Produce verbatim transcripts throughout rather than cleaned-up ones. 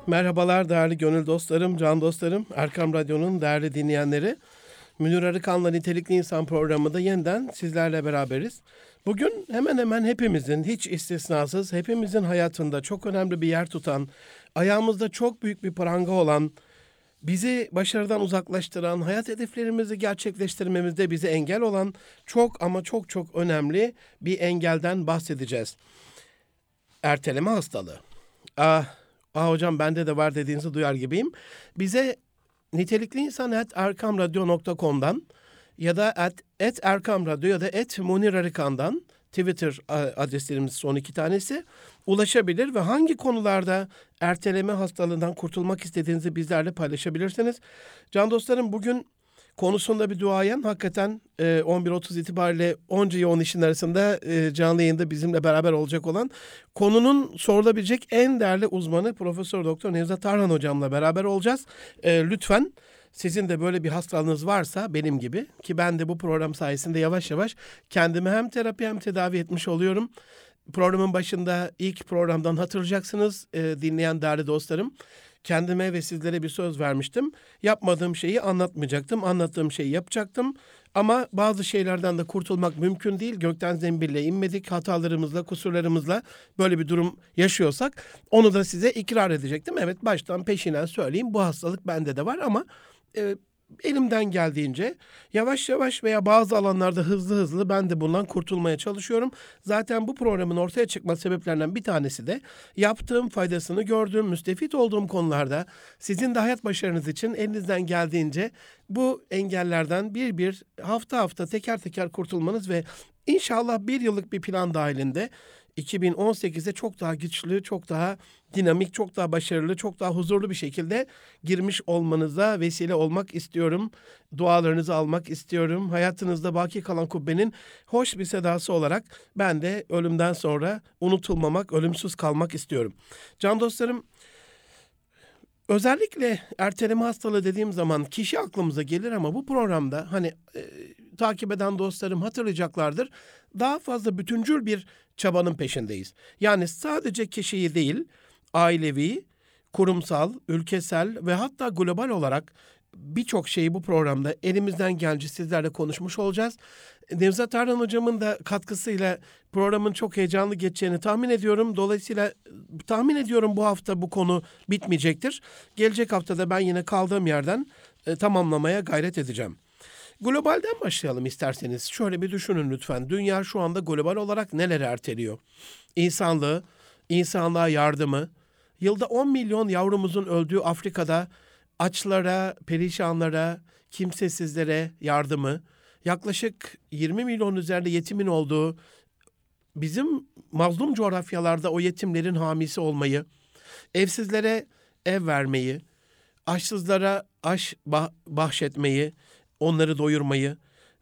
Merhabalar değerli gönül dostlarım, can dostlarım, Erkam Radyo'nun değerli dinleyenleri. Münir Arıkan'la Nitelikli İnsan programında yeniden sizlerle beraberiz. Bugün hemen hemen hepimizin, hiç istisnasız hepimizin hayatında çok önemli bir yer tutan, ayağımızda çok büyük bir pranga olan, bizi başarıdan uzaklaştıran, hayat hedeflerimizi gerçekleştirmemizde bize engel olan çok ama çok çok önemli bir engelden bahsedeceğiz. Erteleme hastalığı. Ah, ah hocam bende de var dediğinizi duyar gibiyim. Bize nitelikli insan at erkamradyo nokta com'dan ya da at, at erkamradyo ya da at Munir Arıkan'dan Twitter adreslerimiz son iki tanesi ulaşabilir ve hangi konularda erteleme hastalığından kurtulmak istediğinizi bizlerle paylaşabilirsiniz. Can dostlarım, bugün konusunda bir duayen, hakikaten e, on bir otuz itibariyle onca yoğun işin arasında e, canlı yayında bizimle beraber olacak olan, konunun sorulabilecek en değerli uzmanı Profesör Doktor Nevzat Tarhan hocamla beraber olacağız. E, lütfen sizin de böyle bir hastalığınız varsa, benim gibi, ki ben de bu program sayesinde yavaş yavaş kendimi hem terapi hem tedavi etmiş oluyorum. Programın başında ilk programdan hatırlayacaksınız e, dinleyen değerli dostlarım. Kendime ve sizlere bir söz vermiştim. Yapmadığım şeyi anlatmayacaktım, anlattığım şeyi yapacaktım. Ama bazı şeylerden de kurtulmak mümkün değil. Gökten zembille inmedik, hatalarımızla, kusurlarımızla böyle bir durum yaşıyorsak onu da size ikrar edecektim. Evet, baştan peşinen söyleyeyim, bu hastalık bende de var ama e, elimden geldiğince yavaş yavaş veya bazı alanlarda hızlı hızlı ben de bundan kurtulmaya çalışıyorum. Zaten bu programın ortaya çıkma sebeplerinden bir tanesi de yaptığım, faydasını gördüğüm, müstefit olduğum konularda sizin de hayat başarınız için elinizden geldiğince bu engellerden bir bir hafta hafta teker teker kurtulmanız ve inşallah bir yıllık bir plan dahilinde iki bin on sekize çok daha güçlü, çok daha dinamik, çok daha başarılı, çok daha huzurlu bir şekilde girmiş olmanıza vesile olmak istiyorum. Dualarınızı almak istiyorum. Hayatınızda baki kalan kubbenin hoş bir sedası olarak ben de ölümden sonra unutulmamak, ölümsüz kalmak istiyorum. Can dostlarım, özellikle erteleme hastalığı dediğim zaman kişi aklımıza gelir ama bu programda hani e, takip eden dostlarım hatırlayacaklardır. Daha fazla bütüncül bir çabanın peşindeyiz. Yani sadece kişiyi değil, ailevi, kurumsal, ülkesel ve hatta global olarak birçok şeyi bu programda elimizden gelince sizlerle konuşmuş olacağız. Nevzat Tarhan hocamın da katkısıyla programın çok heyecanlı geçeceğini tahmin ediyorum. Dolayısıyla tahmin ediyorum bu hafta bu konu bitmeyecektir. Gelecek haftada ben yine kaldığım yerden e, tamamlamaya gayret edeceğim. Globalden başlayalım isterseniz. Şöyle bir düşünün lütfen. Dünya şu anda global olarak neleri erteliyor? İnsanlığı, insanlığa yardımı, yılda on milyon yavrumuzun öldüğü Afrika'da açlara, perişanlara, kimsesizlere yardımı, yaklaşık yirmi milyon üzerinde yetimin olduğu bizim mazlum coğrafyalarda o yetimlerin hamisi olmayı, evsizlere ev vermeyi, açsızlara aş bah- bahşetmeyi, onları doyurmayı,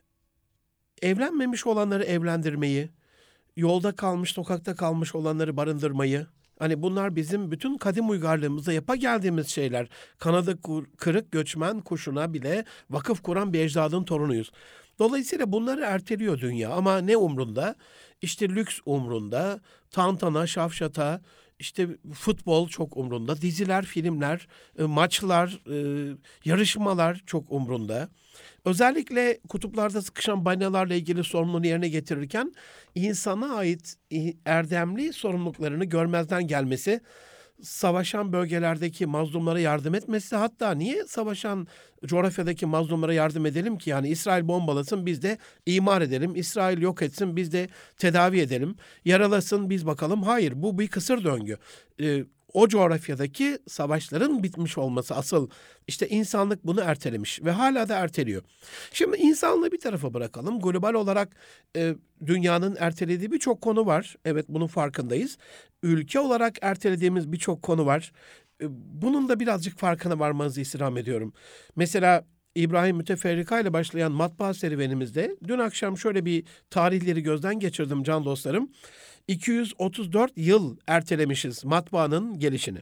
evlenmemiş olanları evlendirmeyi, yolda kalmış, sokakta kalmış olanları barındırmayı. Hani bunlar bizim bütün kadim uygarlığımızda yapa geldiğimiz şeyler. Kanadı kırık göçmen kuşuna bile vakıf kuran bir ecdadın torunuyuz. Dolayısıyla bunları erteliyor dünya ama ne umrunda? İşte lüks umrunda, tantana, şafşata, işte futbol çok umrunda, diziler, filmler, maçlar, yarışmalar çok umrunda. Özellikle kutuplarda sıkışan balinalarla ilgili sorumluluğunu yerine getirirken insana ait erdemli sorumluluklarını görmezden gelmesi, savaşan bölgelerdeki mazlumlara yardım etmesi, hatta niye savaşan coğrafyadaki mazlumlara yardım edelim ki? Yani İsrail bombalasın biz de imar edelim, İsrail yok etsin biz de tedavi edelim, yaralasın biz bakalım. Hayır, bu bir kısır döngü. Ee, O coğrafyadaki savaşların bitmiş olması asıl, işte insanlık bunu ertelemiş ve hala da erteliyor. Şimdi insanlığı bir tarafa bırakalım. Global olarak e, dünyanın ertelediği birçok konu var. Evet, bunun farkındayız. Ülke olarak ertelediğimiz birçok konu var. E, bunun da birazcık farkına varmanızı istirham ediyorum. Mesela İbrahim Müteferrika ile başlayan matbaa serüvenimizde dün akşam şöyle bir tarihleri gözden geçirdim can dostlarım. iki yüz otuz dört yıl ertelemişiz matbaanın gelişini.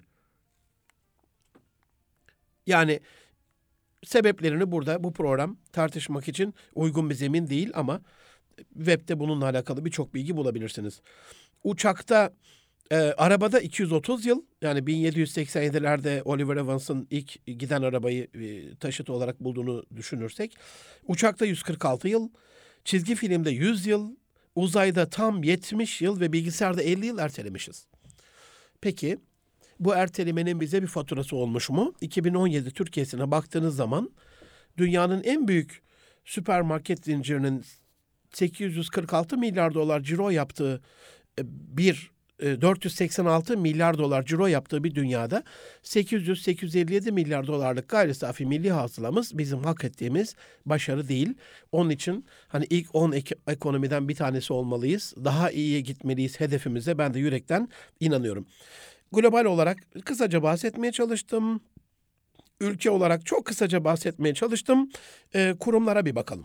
Yani sebeplerini burada bu program tartışmak için uygun bir zemin değil ama webde bununla alakalı birçok bilgi bulabilirsiniz. Uçakta Ee, arabada iki yüz otuz yıl, yani bin yedi yüz seksen yedilerde Oliver Evans'ın ilk giden arabayı e, taşıt olarak bulduğunu düşünürsek, uçakta yüz kırk altı yıl, çizgi filmde yüz yıl, uzayda tam yetmiş yıl ve bilgisayarda elli yıl ertelemişiz. Peki bu ertelemenin bize bir faturası olmuş mu? iki bin on yedi Türkiye'sine baktığınız zaman dünyanın en büyük süpermarket zincirinin sekiz yüz kırk altı milyar dolar ciro yaptığı e, bir e, dört yüz seksen altı milyar dolar ciro yaptığı bir dünyada sekiz yüz sekiz yüz elli yedi milyar dolarlık gayri safi milli hasılamız bizim hak ettiğimiz başarı değil. Onun için hani ilk on ek- ekonomiden bir tanesi olmalıyız. Daha iyiye gitmeliyiz hedefimize, ben de yürekten inanıyorum. Global olarak kısaca bahsetmeye çalıştım. Ülke olarak çok kısaca bahsetmeye çalıştım. E, kurumlara bir bakalım.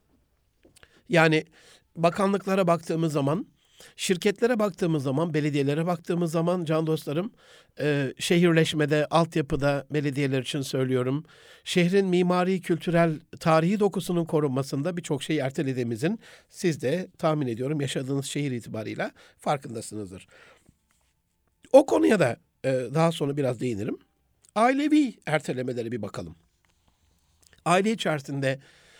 Yani bakanlıklara baktığımız zaman, şirketlere baktığımız zaman, belediyelere baktığımız zaman can dostlarım, e, şehirleşmede, altyapıda belediyeler için söylüyorum, şehrin mimari, kültürel, tarihi dokusunun korunmasında birçok şeyi ertelediğimizin siz de tahmin ediyorum yaşadığınız şehir itibarıyla farkındasınızdır. O konuya da e, daha sonra biraz değinirim. Ailevi ertelemelere bir bakalım. Aile içerisinde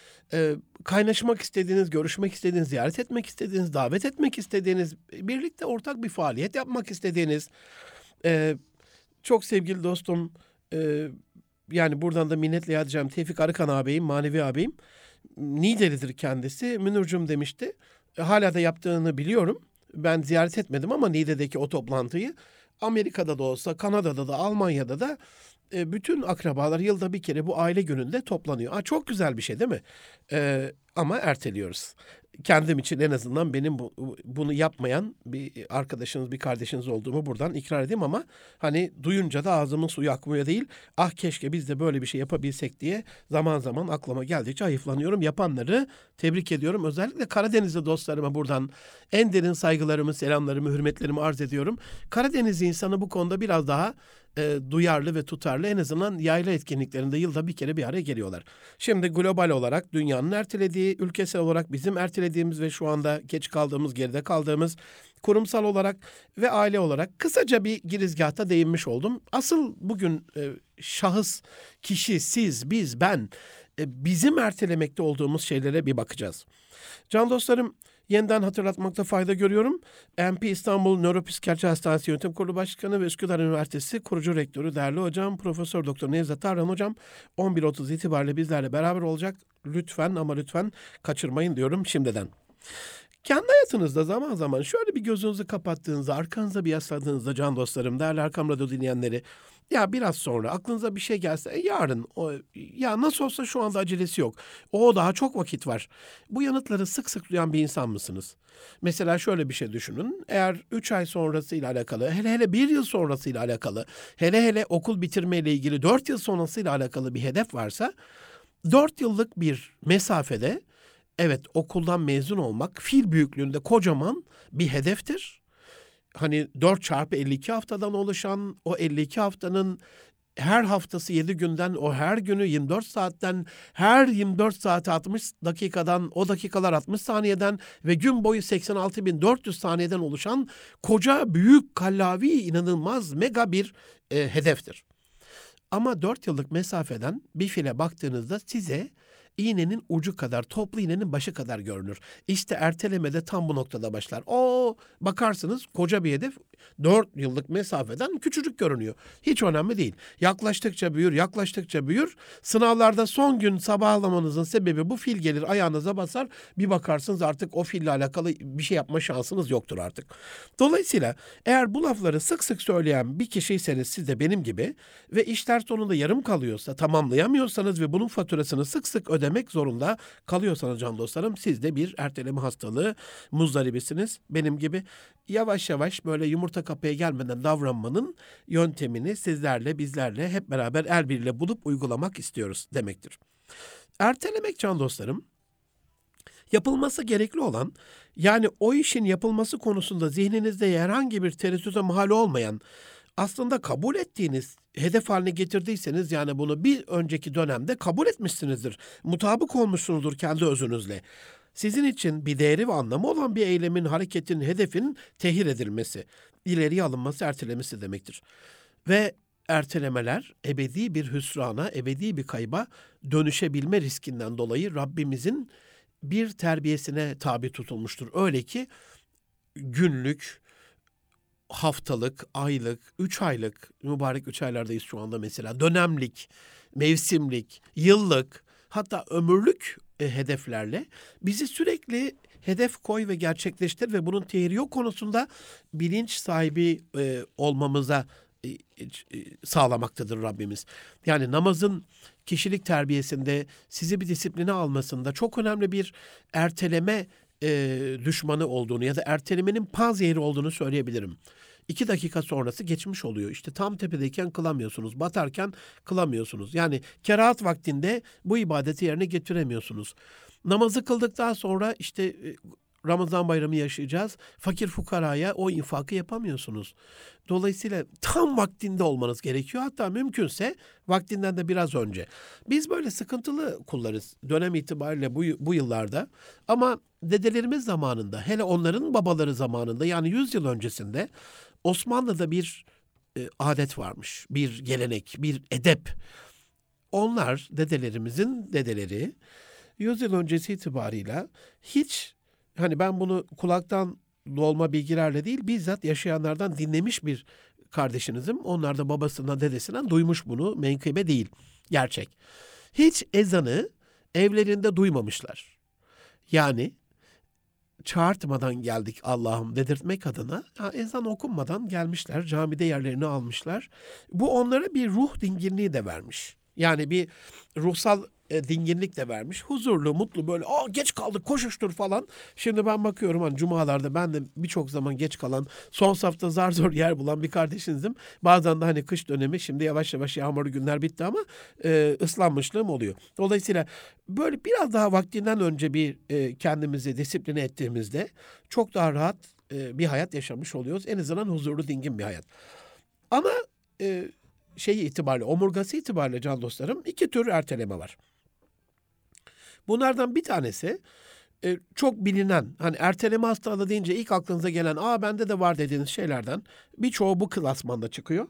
e, kaynaşmak istediğiniz, görüşmek istediğiniz, ziyaret etmek istediğiniz, davet etmek istediğiniz, birlikte ortak bir faaliyet yapmak istediğiniz, e, çok sevgili dostum, e, yani buradan da minnetle yad edeceğim Tevfik Arıkan ağabeyim, manevi ağabeyim, Niğdelidir kendisi. Münir'cüm demişti. E, hala da yaptığını biliyorum. Ben ziyaret etmedim ama Niğde'deki o toplantıyı, Amerika'da da olsa, Kanada'da da, Almanya'da da e, bütün akrabalar yılda bir kere bu aile gününde toplanıyor. Aa, çok güzel bir şey değil mi? E, ama erteliyoruz. Kendim için en azından benim bu, bunu yapmayan bir arkadaşınız, bir kardeşiniz olduğumu buradan ikrar edeyim ama hani duyunca da ağzımın suyu akmıyor değil. Ah keşke biz de böyle bir şey yapabilsek diye zaman zaman aklıma geldikçe hayıflanıyorum. Yapanları tebrik ediyorum. Özellikle Karadenizli dostlarıma buradan en derin saygılarımı, selamlarımı, hürmetlerimi arz ediyorum. Karadeniz insanı bu konuda biraz daha e, duyarlı ve tutarlı, en azından yayla etkinliklerinde yılda bir kere bir araya geliyorlar. Şimdi global olarak dünyanın ertelediği, ülkesel olarak bizim ertelediğimiz ve şu anda geç kaldığımız, geride kaldığımız, kurumsal olarak ve aile olarak kısaca bir girizgahta değinmiş oldum. Asıl bugün e, şahıs, kişi, siz, biz, ben, e, bizim ertelemekte olduğumuz şeylere bir bakacağız. Can dostlarım, yeniden hatırlatmakta fayda görüyorum. M P İstanbul Nöropsikiyatri Hastanesi Yönetim Kurulu Başkanı ve Üsküdar Üniversitesi kurucu rektörü değerli hocam Profesör Doktor Nevzat Tarhan hocam on bir otuz itibariyle bizlerle beraber olacak. Lütfen ama lütfen kaçırmayın diyorum şimdiden. Kendi hayatınızda zaman zaman şöyle bir gözünüzü kapattığınızda, arkanıza bir yasladığınızda can dostlarım, değerli Erkam Radyo dinleyenleri, ya biraz sonra aklınıza bir şey gelse, e, yarın, o, ya nasıl olsa şu anda acelesi yok, o daha çok vakit var. Bu yanıtları sık sık duyan bir insan mısınız? Mesela şöyle bir şey düşünün, eğer üç ay sonrasıyla alakalı, hele hele bir yıl sonrasıyla alakalı, hele hele okul bitirmeyle ilgili dört yıl sonrasıyla alakalı bir hedef varsa, dört yıllık bir mesafede, evet, okuldan mezun olmak fil büyüklüğünde kocaman bir hedeftir. Hani dört çarpı elli iki haftadan oluşan o elli iki haftanın her haftası yedi günden, o her günü yirmi dört saatten, her yirmi dört saati altmış dakikadan, o dakikalar altmış saniyeden ve gün boyu seksen altı bin dört yüz saniyeden oluşan koca, büyük, kallavi, inanılmaz, mega bir e, hedeftir. Ama dört yıllık mesafeden bir file baktığınızda size iğnenin ucu kadar, toplu iğnenin başı kadar görünür. İşte erteleme de tam bu noktada başlar. O bakarsınız koca bir hedef dört yıllık mesafeden küçücük görünüyor. Hiç önemli değil. Yaklaştıkça büyür, yaklaştıkça büyür. Sınavlarda son gün sabahlamanızın sebebi bu, fil gelir ayağınıza basar. Bir bakarsınız artık o fille alakalı bir şey yapma şansınız yoktur artık. Dolayısıyla eğer bu lafları sık sık söyleyen bir kişiyseniz, siz de benim gibi, ve işler sonunda yarım kalıyorsa, tamamlayamıyorsanız ve bunun faturasını sık sık ödemek zorunda kalıyorsanız can dostlarım, siz de bir erteleme hastalığı muzdaribisiniz. Benim gibi yavaş yavaş böyle yumurta kapıya gelmeden davranmanın yöntemini sizlerle, bizlerle hep beraber el birliğiyle bulup uygulamak istiyoruz demektir. Ertelemek can dostlarım, yapılması gerekli olan, yani o işin yapılması konusunda zihninizde herhangi bir tereddüte mahal olmayan, aslında kabul ettiğiniz, hedef haline getirdiyseniz, yani bunu bir önceki dönemde kabul etmişsinizdir, mutabık olmuşsunuzdur kendi özünüzle. Sizin için bir değeri ve anlamı olan bir eylemin, hareketin, hedefin tehir edilmesi, ileriye alınması, ertelemesi demektir. Ve ertelemeler ebedi bir hüsrana, ebedi bir kayba dönüşebilme riskinden dolayı Rabbimizin bir terbiyesine tabi tutulmuştur. Öyle ki günlük, haftalık, aylık, üç aylık, mübarek üç aylardayız şu anda mesela, dönemlik, mevsimlik, yıllık, hatta ömürlük e, hedeflerle bizi sürekli hedef koy ve gerçekleştir ve bunun tehiri yok konusunda bilinç sahibi e, olmamıza e, e, sağlamaktadır Rabbimiz. Yani namazın kişilik terbiyesinde, sizi bir disipline almasında çok önemli bir erteleme e, düşmanı olduğunu ya da ertelemenin panzehiri olduğunu söyleyebilirim. İki dakika sonrası geçmiş oluyor. İşte tam tepedeyken kılamıyorsunuz. Batarken kılamıyorsunuz. Yani kerahat vaktinde bu ibadeti yerine getiremiyorsunuz. Namazı kıldıktan sonra işte e, Ramazan bayramı yaşayacağız. Fakir fukaraya o infakı yapamıyorsunuz. Dolayısıyla tam vaktinde olmanız gerekiyor. Hatta mümkünse vaktinden de biraz önce. Biz böyle sıkıntılı kullarız dönem itibariyle bu, bu yıllarda. Ama dedelerimiz zamanında, hele onların babaları zamanında, yani yüz yıl öncesinde Osmanlı'da bir e, adet varmış. Bir gelenek, bir edep. Onlar, dedelerimizin dedeleri, yüz yıl öncesi itibarıyla hiç, hani ben bunu kulaktan dolma bilgilerle değil, bizzat yaşayanlardan dinlemiş bir kardeşinizim. Onlar da babasından, dedesinden duymuş bunu. Menkıbe değil, gerçek. Hiç ezanı evlerinde duymamışlar. Yani çağırtmadan geldik Allah'ım dedirtmek adına ha, ezan okunmadan gelmişler, camide yerlerini almışlar. Bu onlara bir ruh dinginliği de vermiş. Yani bir ruhsal e, dinginlik de vermiş. Huzurlu, mutlu, böyle aa geç kaldık koşuştur falan. Şimdi ben bakıyorum hani cumalarda ben de birçok zaman geç kalan, son safta zar zor yer bulan bir kardeşinizim. Bazen de hani kış dönemi, şimdi yavaş yavaş yağmurlu günler bitti ama e, ıslanmışlığım oluyor. Dolayısıyla böyle biraz daha vaktinden önce bir e, kendimizi disipline ettiğimizde çok daha rahat e, bir hayat yaşamış oluyoruz. En azından huzurlu, dingin bir hayat. Ama e, şeyi itibariyle, omurgası itibariyle can dostlarım, iki tür erteleme var. Bunlardan bir tanesi e, çok bilinen, hani erteleme hastalığı deyince ilk aklınıza gelen, aa bende de var dediğiniz şeylerden birçoğu bu klasmanda çıkıyor.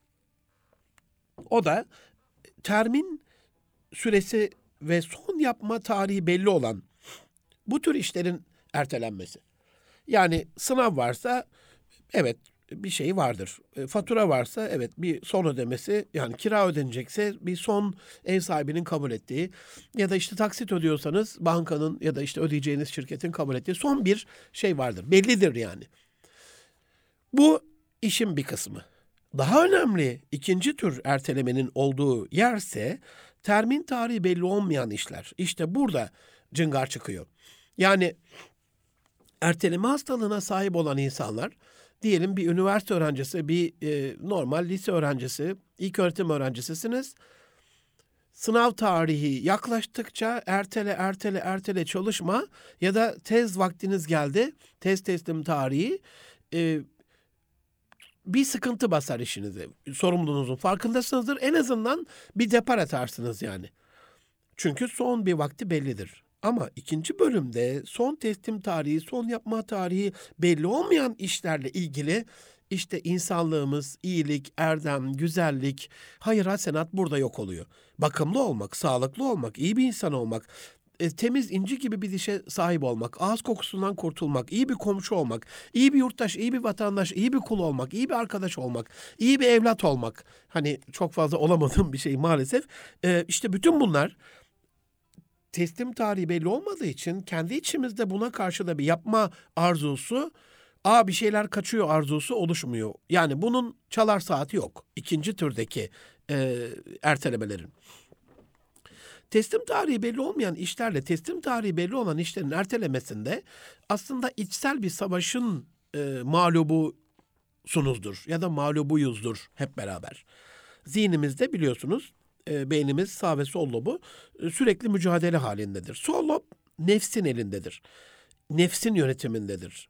O da termin süresi ve son yapma tarihi belli olan bu tür işlerin ertelenmesi. Yani sınav varsa evet bir şey vardır. E, fatura varsa evet bir son ödemesi, yani kira ödenecekse bir son ev sahibinin kabul ettiği ya da işte taksit ödüyorsanız bankanın ya da işte ödeyeceğiniz şirketin kabul ettiği son bir şey vardır. Bellidir yani. Bu işin bir kısmı. Daha önemli ikinci tür ertelemenin olduğu yerse termin tarihi belli olmayan işler. İşte burada cıngar çıkıyor. Yani erteleme hastalığına sahip olan insanlar, diyelim bir üniversite öğrencisi, bir e, normal lise öğrencisi, ilköğretim öğrencisisiniz. Sınav tarihi yaklaştıkça ertele, ertele, ertele çalışma ya da tez vaktiniz geldi, tez teslim tarihi, e, bir sıkıntı basar işinize. Sorumluluğunuzun farkındasınızdır. En azından bir depar atarsınız yani. Çünkü son bir vakti bellidir. Ama ikinci bölümde son teslim tarihi, son yapma tarihi belli olmayan işlerle ilgili işte insanlığımız, iyilik, erdem, güzellik, hayır hasenat burada yok oluyor. Bakımlı olmak, sağlıklı olmak, iyi bir insan olmak, e, temiz inci gibi bir dişe sahip olmak, ağız kokusundan kurtulmak, iyi bir komşu olmak, iyi bir yurttaş, iyi bir vatandaş, iyi bir kul olmak, iyi bir arkadaş olmak, iyi bir evlat olmak. Hani çok fazla olamadığım bir şey maalesef. E, işte bütün bunlar teslim tarihi belli olmadığı için kendi içimizde buna karşı da bir yapma arzusu, aa bir şeyler kaçıyor arzusu oluşmuyor. Yani bunun çalar saati yok. İkinci türdeki e, ertelemelerin. Teslim tarihi belli olmayan işlerle teslim tarihi belli olan işlerin ertelemesinde aslında içsel bir savaşın e, mağlubusunuzdur ya da mağlubuyuzdur hep beraber. Zihnimizde biliyorsunuz e, beynimiz sağ ve sol lobu e, sürekli mücadele halindedir. Sol lob nefsin elindedir. Nefsin yönetimindedir.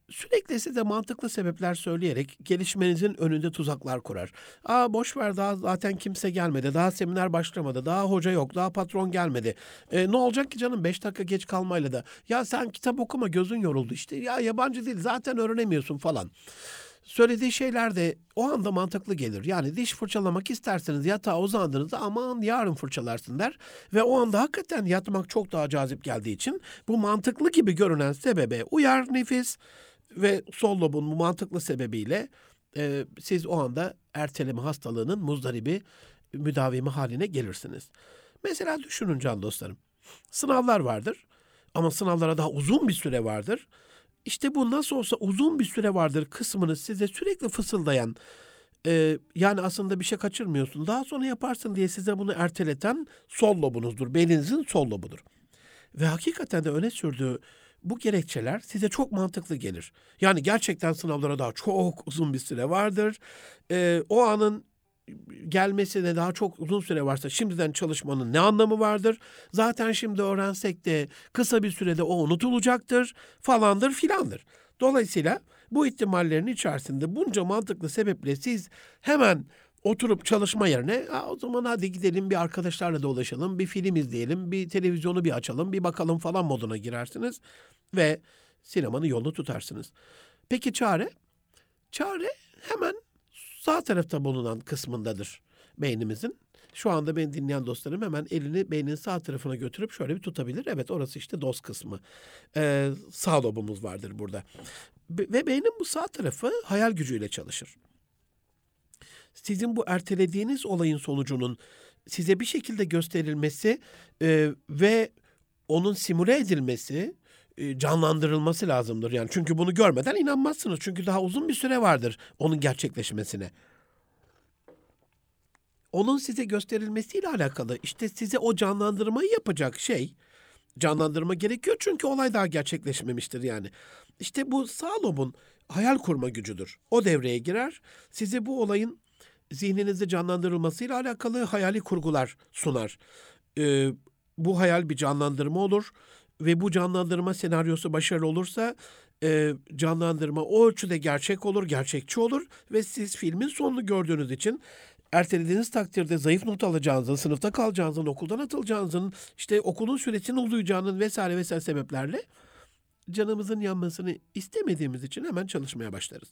sürekli size mantıklı sebepler söyleyerek gelişmenizin önünde tuzaklar kurar. Aa boş ver, daha zaten kimse gelmedi, daha seminer başlamadı, daha hoca yok, daha patron gelmedi. E, ne olacak ki canım beş dakika geç kalmayla da? Ya sen kitap okuma, gözün yoruldu işte. Ya yabancı dil zaten öğrenemiyorsun falan. Söylediği şeyler de o anda mantıklı gelir. Yani diş fırçalamak isterseniz yatağa uzandığınızda aman yarın fırçalarsın der. Ve o anda hakikaten yatmak çok daha cazip geldiği için bu mantıklı gibi görünen sebebe uyar nefis ve sol lobun bu mantıklı sebebiyle e, siz o anda erteleme hastalığının muzdaribi, müdavimi haline gelirsiniz. Mesela düşünün can dostlarım. Sınavlar vardır ama sınavlara daha uzun bir süre vardır. İşte bu nasıl olsa uzun bir süre vardır kısmını size sürekli fısıldayan, e, yani aslında bir şey kaçırmıyorsun, daha sonra yaparsın diye size bunu erteleten sol lobunuzdur. Beyninizin sol lobudur. Ve hakikaten de öne sürdüğü bu gerekçeler size çok mantıklı gelir. Yani gerçekten sınavlara daha çok uzun bir süre vardır. E, o anın gelmesine daha çok uzun süre varsa şimdiden çalışmanın ne anlamı vardır? Zaten şimdi öğrensek de kısa bir sürede o unutulacaktır falandır filandır. Dolayısıyla bu ihtimallerin içerisinde bunca mantıklı sebeple siz hemen oturup çalışma yerine o zaman hadi gidelim bir arkadaşlarla dolaşalım, bir film izleyelim, bir televizyonu bir açalım, bir bakalım falan moduna girersiniz ve sinemanın yolunu tutarsınız. Peki çare? Çare hemen sağ tarafta bulunan kısmındadır beynimizin. Şu anda beni dinleyen dostlarım hemen elini beynin sağ tarafına götürüp şöyle bir tutabilir. Evet, orası işte doz kısmı. Ee, sağ lobumuz vardır burada. Be- ve beynin bu sağ tarafı hayal gücüyle çalışır. Sizin bu ertelediğiniz olayın sonucunun size bir şekilde gösterilmesi e, ve onun simüle edilmesi, e, canlandırılması lazımdır. Yani çünkü bunu görmeden inanmazsınız. Çünkü daha uzun bir süre vardır onun gerçekleşmesine. Onun size gösterilmesiyle alakalı işte size o canlandırmayı yapacak şey, canlandırma gerekiyor çünkü olay daha gerçekleşmemiştir yani. İşte bu sağ lobun hayal kurma gücüdür. O devreye girer. Size bu olayın zihninizde canlandırılmasıyla alakalı hayali kurgular sunar. Ee, bu hayal bir canlandırma olur ve bu canlandırma senaryosu başarılı olursa e, canlandırma o ölçüde gerçek olur, gerçekçi olur ve siz filmin sonunu gördüğünüz için ertelediğiniz takdirde zayıf not alacağınızın, sınıfta kalacağınızın, okuldan atılacağınızın, işte okulun süresinin uzayacağının vesaire vesaire sebeplerle canımızın yanmasını istemediğimiz için hemen çalışmaya başlarız.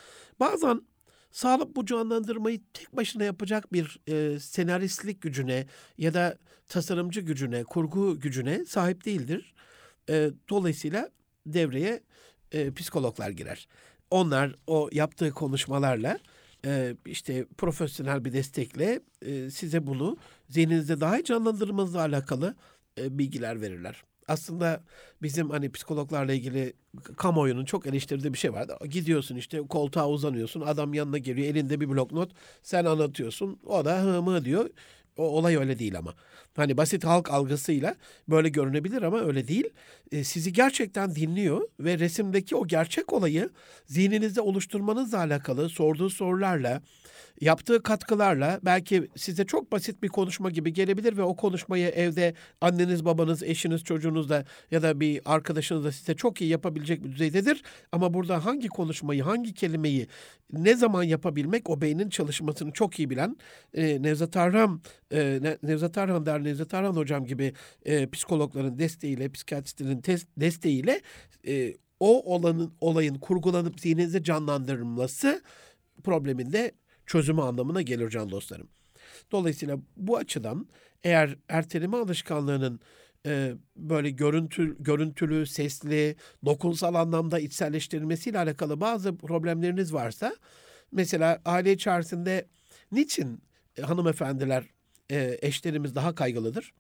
Bazen sağlık bu canlandırmayı tek başına yapacak bir e, senaristlik gücüne ya da tasarımcı gücüne, kurgu gücüne sahip değildir. E, dolayısıyla devreye e, psikologlar girer. Onlar o yaptığı konuşmalarla e, işte profesyonel bir destekle e, size bunu zihninizde daha iyi canlandırmanızla alakalı e, bilgiler verirler. Aslında bizim hani psikologlarla ilgili kamuoyunun çok eleştirdiği bir şey var. Gidiyorsun işte koltuğa uzanıyorsun. Adam yanına geliyor. Elinde bir bloknot. Sen anlatıyorsun. O da hı mı diyor. O olay öyle değil ama. Hani basit halk algısıyla böyle görünebilir ama öyle değil. E, sizi gerçekten dinliyor ve resimdeki o gerçek olayı zihninizde oluşturmanızla alakalı sorduğu sorularla, yaptığı katkılarla belki size çok basit bir konuşma gibi gelebilir ve o konuşmayı evde anneniz, babanız, eşiniz, çocuğunuzla ya da bir arkadaşınızla size çok iyi yapabilecek bir düzeydedir. Ama burada hangi konuşmayı, hangi kelimeyi ne zaman yapabilmek o beynin çalışmasını çok iyi bilen e, Nevzat Arhan, e, Nevzat Arhan der Nevzat Arhan hocam gibi e, psikologların desteğiyle, psikiyatristlerin tes- desteğiyle e, o olanın olayın kurgulanıp zihninizde canlandırılması probleminde çözümü anlamına gelir can dostlarım. Dolayısıyla bu açıdan eğer erteleme alışkanlığının e, böyle görüntü, görüntülü, sesli, dokunsal anlamda içselleştirilmesiyle alakalı bazı problemleriniz varsa, mesela aile içerisinde niçin e, hanımefendiler, e, eşlerimiz daha kaygılıdır?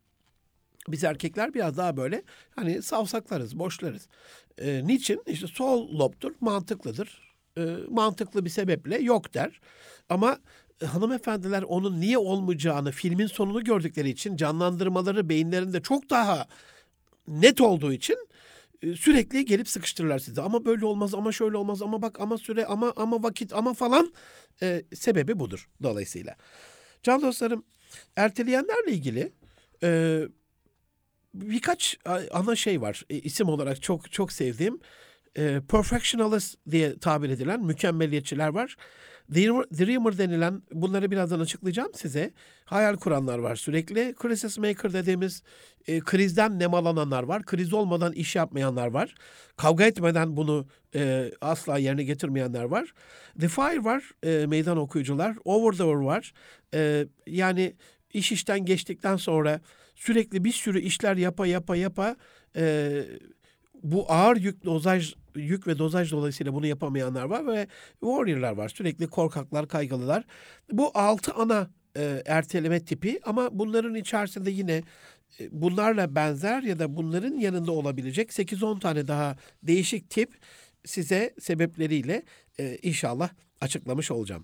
Biz erkekler biraz daha böyle hani savsaklarız, boşlarız. E, niçin? İşte sol lobtur, mantıklıdır. E, mantıklı bir sebeple yok der. Ama e, hanımefendiler onun niye olmayacağını filmin sonunu gördükleri için canlandırmaları beyinlerinde çok daha net olduğu için e, sürekli gelip sıkıştırırlar sizi. Ama böyle olmaz, ama şöyle olmaz, ama bak, ama süre, ama ama vakit, ama falan e, sebebi budur dolayısıyla. Can dostlarım, erteleyenlerle ilgili e, birkaç ana şey var. E, isim olarak çok çok sevdiğim. e, perfectionist diye tabir edilen mükemmeliyetçiler var. Dreamer, dreamer denilen, bunları birazdan açıklayacağım size. Hayal kuranlar var sürekli. Crisis maker dediğimiz e, krizden nemalananlar var. Kriz olmadan iş yapmayanlar var. Kavga etmeden bunu e, asla yerine getirmeyenler var. Defy var, e, meydan okuyucular. Overdoer var. E, yani iş işten geçtikten sonra sürekli bir sürü işler yapa yapa yapa e, bu ağır yük dozaj yük ve dozaj dolayısıyla bunu yapamayanlar var ve warrior'lar var. Sürekli korkaklar, kaygılılar. Bu altı ana e, erteleme tipi, ama bunların içerisinde yine e, bunlarla benzer ya da bunların yanında olabilecek sekiz on tane daha değişik tip size sebepleriyle e, inşallah açıklamış olacağım.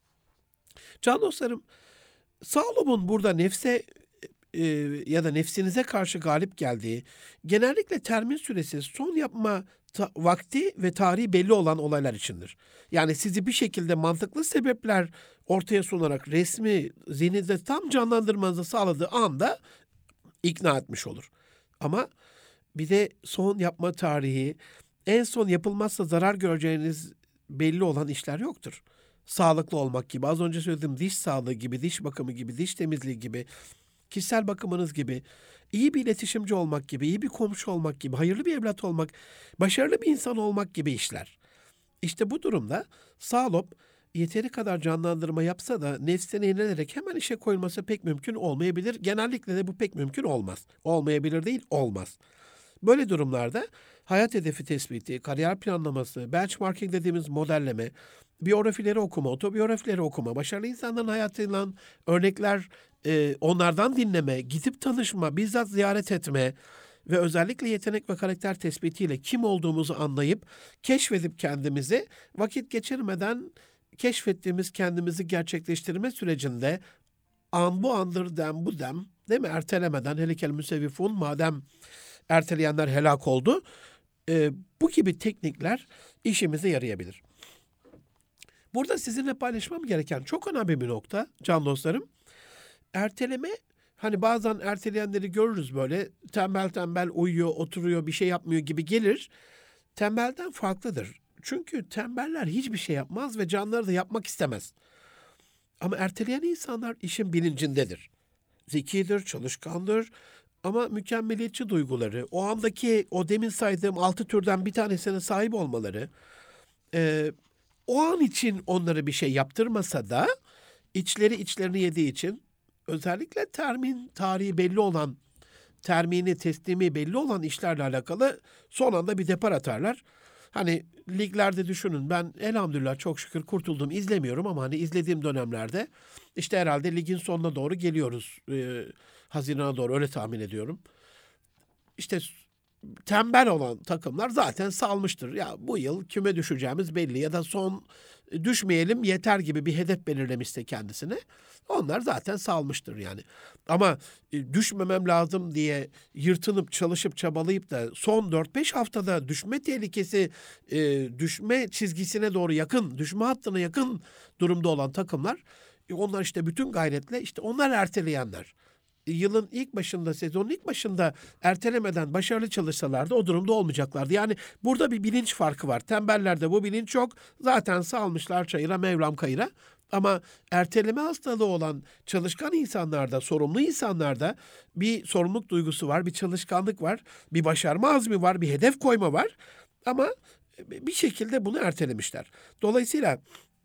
Can dostlarım, Sağlam'ın burada nefse e, ya da nefsinize karşı galip geldiği, genellikle termin süresi, son yapma ta- vakti ve tarihi belli olan olaylar içindir. Yani sizi bir şekilde mantıklı sebepler ortaya sunarak resmi zihninizde tam canlandırmanızı sağladığı anda ikna etmiş olur. Ama bir de son yapma tarihi, en son yapılmazsa zarar göreceğiniz belli olan işler yoktur. Sağlıklı olmak gibi, az önce söylediğim diş sağlığı gibi, diş bakımı gibi, diş temizliği gibi, kişisel bakımınız gibi, iyi bir iletişimci olmak gibi, iyi bir komşu olmak gibi, hayırlı bir evlat olmak, başarılı bir insan olmak gibi işler. İşte bu durumda Sağlop yeteri kadar canlandırma yapsa da nefsine yönelerek hemen işe koyulması pek mümkün olmayabilir. Genellikle de bu pek mümkün olmaz. Olmayabilir değil, olmaz. Böyle durumlarda hayat hedefi tespiti, kariyer planlaması, benchmarking dediğimiz modelleme, biyografileri okuma, otobiyografileri okuma, başarılı insanların hayatıyla örnekler, e, onlardan dinleme, gidip tanışma, bizzat ziyaret etme ve özellikle yetenek ve karakter tespitiyle kim olduğumuzu anlayıp, keşfedip kendimizi vakit geçirmeden keşfettiğimiz kendimizi gerçekleştirme sürecinde an bu andır dem bu dem, değil mi? Ertelemeden, helikel müsevvifun, madem erteleyenler helak oldu. E, bu gibi teknikler işimize yarayabilir. Burada sizinle paylaşmam gereken çok önemli bir nokta can dostlarım. Erteleme, hani bazen erteleyenleri görürüz, böyle tembel tembel uyuyor, oturuyor, bir şey yapmıyor gibi gelir. Tembelden farklıdır. Çünkü tembeller hiçbir şey yapmaz ve canları da yapmak istemez. Ama erteleyen insanlar işin bilincindedir. Zekidir, çalışkandır ama mükemmeliyetçi duyguları, o andaki o demin saydığım altı türden bir tanesine sahip olmaları, e, o an için onları bir şey yaptırmasa da içleri içlerini yediği için, özellikle termin tarihi belli olan, termini, teslimi belli olan işlerle alakalı son anda bir depar atarlar. Hani liglerde düşünün, ben elhamdülillah çok şükür kurtuldum, izlemiyorum ama hani izlediğim dönemlerde işte herhalde ligin sonuna doğru geliyoruz. Ee, Haziran'a doğru öyle tahmin ediyorum. İşte tembel olan takımlar zaten salmıştır. Ya bu yıl küme düşeceğimiz belli ya da son düşmeyelim yeter gibi bir hedef belirlemişse kendisine, onlar zaten salmıştır yani. Ama e, düşmemem lazım diye yırtınıp çalışıp çabalayıp da son dört beş haftada düşme tehlikesi, e, düşme çizgisine doğru yakın, düşme hattına yakın durumda olan takımlar, e, onlar işte bütün gayretle, işte onlar erteleyenler. Yılın ilk başında, sezonun ilk başında ertelemeden başarılı çalışsalardı o durumda olmayacaklardı. Yani burada bir bilinç farkı var. Tembellerde bu bilinç yok. Zaten salmışlar çayıra, Mevlam kayıra. Ama erteleme hastalığı olan çalışkan insanlarda, sorumlu insanlarda bir sorumluluk duygusu var, bir çalışkanlık var, bir başarma azmi var, bir hedef koyma var. Ama bir şekilde bunu ertelemişler. Dolayısıyla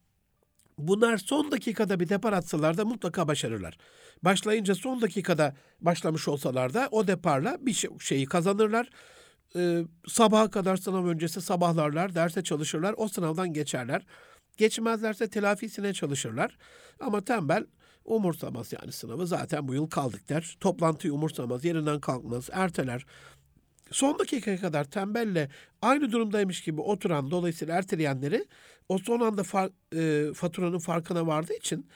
bunlar son dakikada bir depar atsalar da mutlaka başarırlar. Başlayınca son dakikada başlamış olsalar da o deparla bir şey, şeyi kazanırlar. Ee, sabaha kadar sınav öncesi sabahlarlar, derse çalışırlar, o sınavdan geçerler. Geçmezlerse telafisine çalışırlar. Ama tembel umursamaz, yani sınavı zaten bu yıl kaldık der. Toplantıyı umursamaz, yerinden kalkmaz, erteler. Son dakikaya kadar tembelle aynı durumdaymış gibi oturan, dolayısıyla erteleyenleri, o son anda far, e, faturanın farkına vardığı için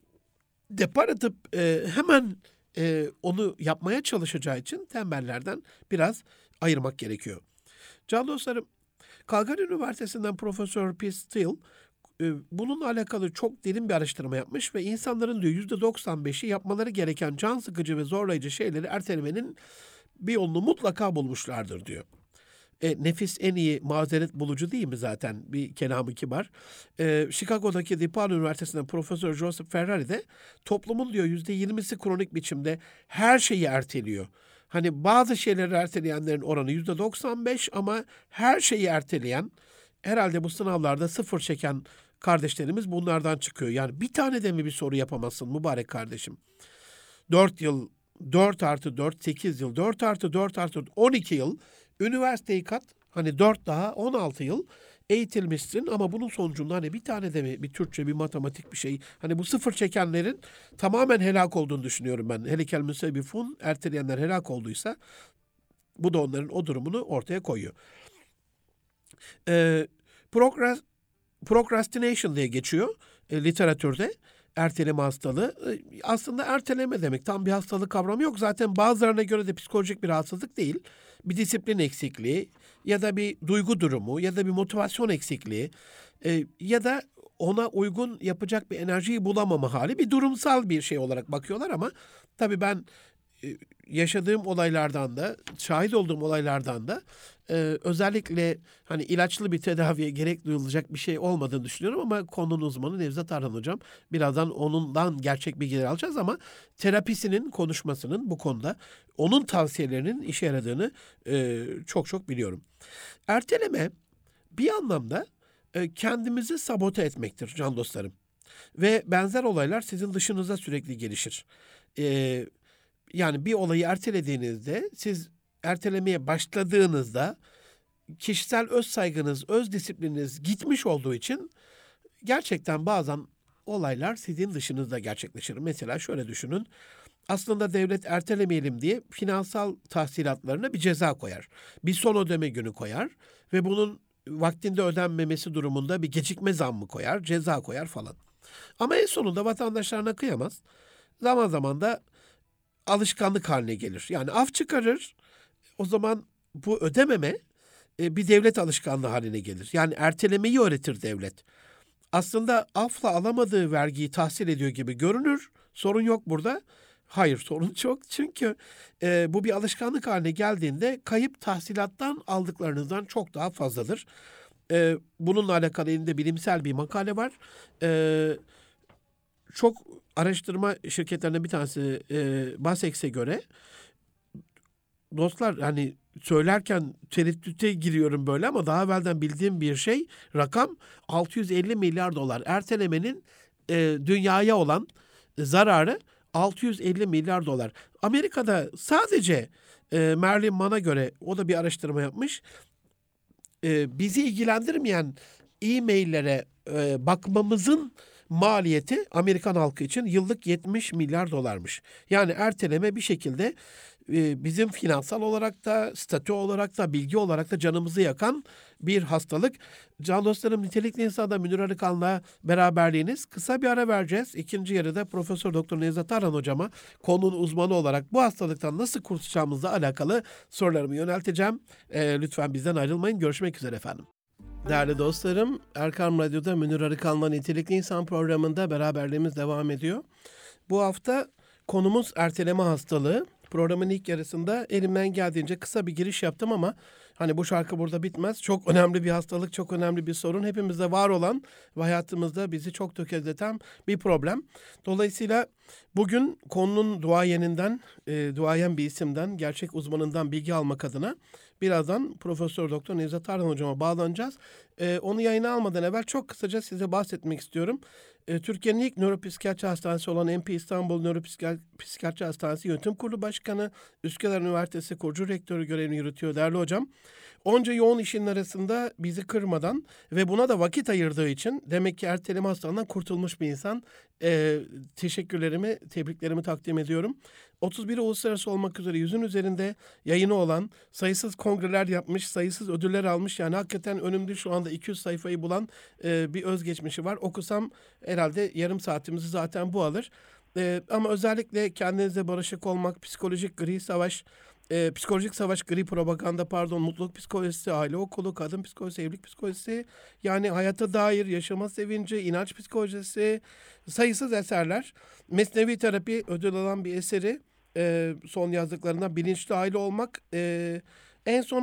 depar atıp e, hemen e, onu yapmaya çalışacağı için tembellerden biraz ayırmak gerekiyor. Can dostlarım, Calgary Üniversitesi'nden Profesör Pete Steele e, bununla alakalı çok derin bir araştırma yapmış ve insanların diyor yüzde doksan beşi yapmaları gereken can sıkıcı ve zorlayıcı şeyleri ertelemenin bir yolunu mutlaka bulmuşlardır diyor. E, nefis en iyi mazeret bulucu değil mi zaten, bir kelamı kibar. E, Chicago'daki DePaul Üniversitesi'nden Profesör Joseph Ferrari de toplumun diyor yüzde yirmisi kronik biçimde her şeyi erteliyor. Hani bazı şeyleri erteleyenlerin oranı yüzde doksan beş ama her şeyi erteleyen, herhalde bu sınavlarda sıfır çeken kardeşlerimiz bunlardan çıkıyor. Yani bir tane de mi bir soru yapamazsın mübarek kardeşim? Dört yıl, dört artı dört, sekiz yıl, dört artı dört artı on iki yıl, üniversiteyi kat, hani dört daha on altı yıl eğitilmişsin ama bunun sonucunda hani bir tane de mi bir Türkçe, bir matematik, bir şey, hani bu sıfır çekenlerin tamamen helak olduğunu düşünüyorum ben. Helikel müsebbifun, erteleyenler helak olduysa bu da onların o durumunu ortaya koyuyor. Ee, progress, procrastination diye geçiyor e, literatürde. Erteleme hastalığı. E, aslında erteleme demek. Tam bir hastalık kavramı yok. Zaten bazılarına göre de psikolojik bir rahatsızlık değil. Bir disiplin eksikliği ya da bir duygu durumu ya da bir motivasyon eksikliği e, ya da ona uygun yapacak bir enerjiyi bulamama hali, bir durumsal bir şey olarak bakıyorlar ama tabii ben e, yaşadığım olaylardan da, şahit olduğum olaylardan da e, özellikle hani ilaçlı bir tedaviye gerek duyulacak bir şey olmadığını düşünüyorum ama konunun uzmanı Nevzat Arhan Hocam. Birazdan onundan gerçek bilgiler alacağız ama terapisinin, konuşmasının bu konuda onun tavsiyelerinin işe yaradığını e, çok çok biliyorum. Erteleme bir anlamda e, kendimizi sabote etmektir can dostlarım. Ve benzer olaylar sizin dışınıza sürekli gelişir. E, Yani bir olayı ertelediğinizde, siz ertelemeye başladığınızda kişisel öz saygınız, öz disiplininiz gitmiş olduğu için gerçekten bazen olaylar sizin dışınızda gerçekleşir. Mesela şöyle düşünün. Aslında devlet ertelemeyelim diye finansal tahsilatlarına bir ceza koyar. Bir son ödeme günü koyar ve bunun vaktinde ödenmemesi durumunda bir gecikme zammı koyar, ceza koyar falan. Ama en sonunda vatandaşlarına kıyamaz. Zaman zaman da alışkanlık haline gelir. Yani af çıkarır. O zaman bu ödememe e, bir devlet alışkanlığı haline gelir. Yani ertelemeyi öğretir devlet. Aslında afla alamadığı vergiyi tahsil ediyor gibi görünür. Sorun yok burada. Hayır, sorun çok. Çünkü e, bu bir alışkanlık haline geldiğinde kayıp tahsilattan aldıklarınızdan çok daha fazladır. E, bununla alakalı elinde bilimsel bir makale var. E, çok araştırma şirketlerinden bir tanesi e, Basex'e göre, dostlar hani söylerken tereddüte giriyorum böyle ama daha evvelden bildiğim bir şey, rakam altı yüz elli milyar dolar. Ertelemenin e, dünyaya olan zararı altı yüz elli milyar dolar. Amerika'da sadece e, Merlin Mann'a göre, o da bir araştırma yapmış, e, bizi ilgilendirmeyen e-maillere e, bakmamızın maliyeti Amerikan halkı için yıllık yetmiş milyar dolarmış. Yani erteleme bir şekilde e, bizim finansal olarak da, statü olarak da, bilgi olarak da canımızı yakan bir hastalık. Can dostlarım, Nitelikli İnsan'da Münir Arıkan'la beraberliğiniz. Kısa bir ara vereceğiz. İkinci yarıda Profesör Doktor Nevzat Arhan Hocama konunun uzmanı olarak bu hastalıktan nasıl kurtulacağımızla alakalı sorularımı yönelteceğim. E, lütfen bizden ayrılmayın. Görüşmek üzere efendim. Değerli dostlarım, Erkam Radyo'da Münir Arıkan'la Nitelikli İnsan programında beraberliğimiz devam ediyor. Bu hafta konumuz erteleme hastalığı. Programın ilk yarısında elimden geldiğince kısa bir giriş yaptım ama hani bu şarkı burada bitmez. Çok önemli bir hastalık, çok önemli bir sorun. Hepimizde var olan ve hayatımızda bizi çok tökezleten bir problem. Dolayısıyla bugün konunun duayeninden, e, duayen bir isimden, gerçek uzmanından bilgi almak adına birazdan Profesör Doktor Nevzat Arhan Hocama bağlanacağız. E, onu yayına almadan evvel çok kısaca size bahsetmek istiyorum. E, Türkiye'nin ilk nöropsikiyatri hastanesi olan M P İstanbul Nöropsikiyatri Hastanesi Yönetim Kurulu Başkanı, Üsküdar Üniversitesi kurucu rektörü görevini yürütüyor değerli hocam. Onca yoğun işin arasında bizi kırmadan ve buna da vakit ayırdığı için demek ki erteleme hastalığından kurtulmuş bir insan. E, teşekkürlerimi, tebriklerimi takdim ediyorum. otuz bir uluslararası olmak üzere yüzün üzerinde yayını olan, sayısız kongreler yapmış, sayısız ödüller almış. Yani hakikaten önümde şu anda iki yüz sayfayı bulan e, bir özgeçmişi var. Okusam herhalde yarım saatimizi zaten bu alır. E, ama özellikle kendinize barışık olmak, psikolojik gri savaş, e, psikolojik savaş, gri propaganda, pardon, mutluluk psikolojisi, aile okulu, kadın psikolojisi, evlilik psikolojisi, yani hayata dair yaşama sevinci, inanç psikolojisi, sayısız eserler. Mesnevi terapi ödül alan bir eseri, e, son yazdıklarından bilinçli aile olmak. E, en son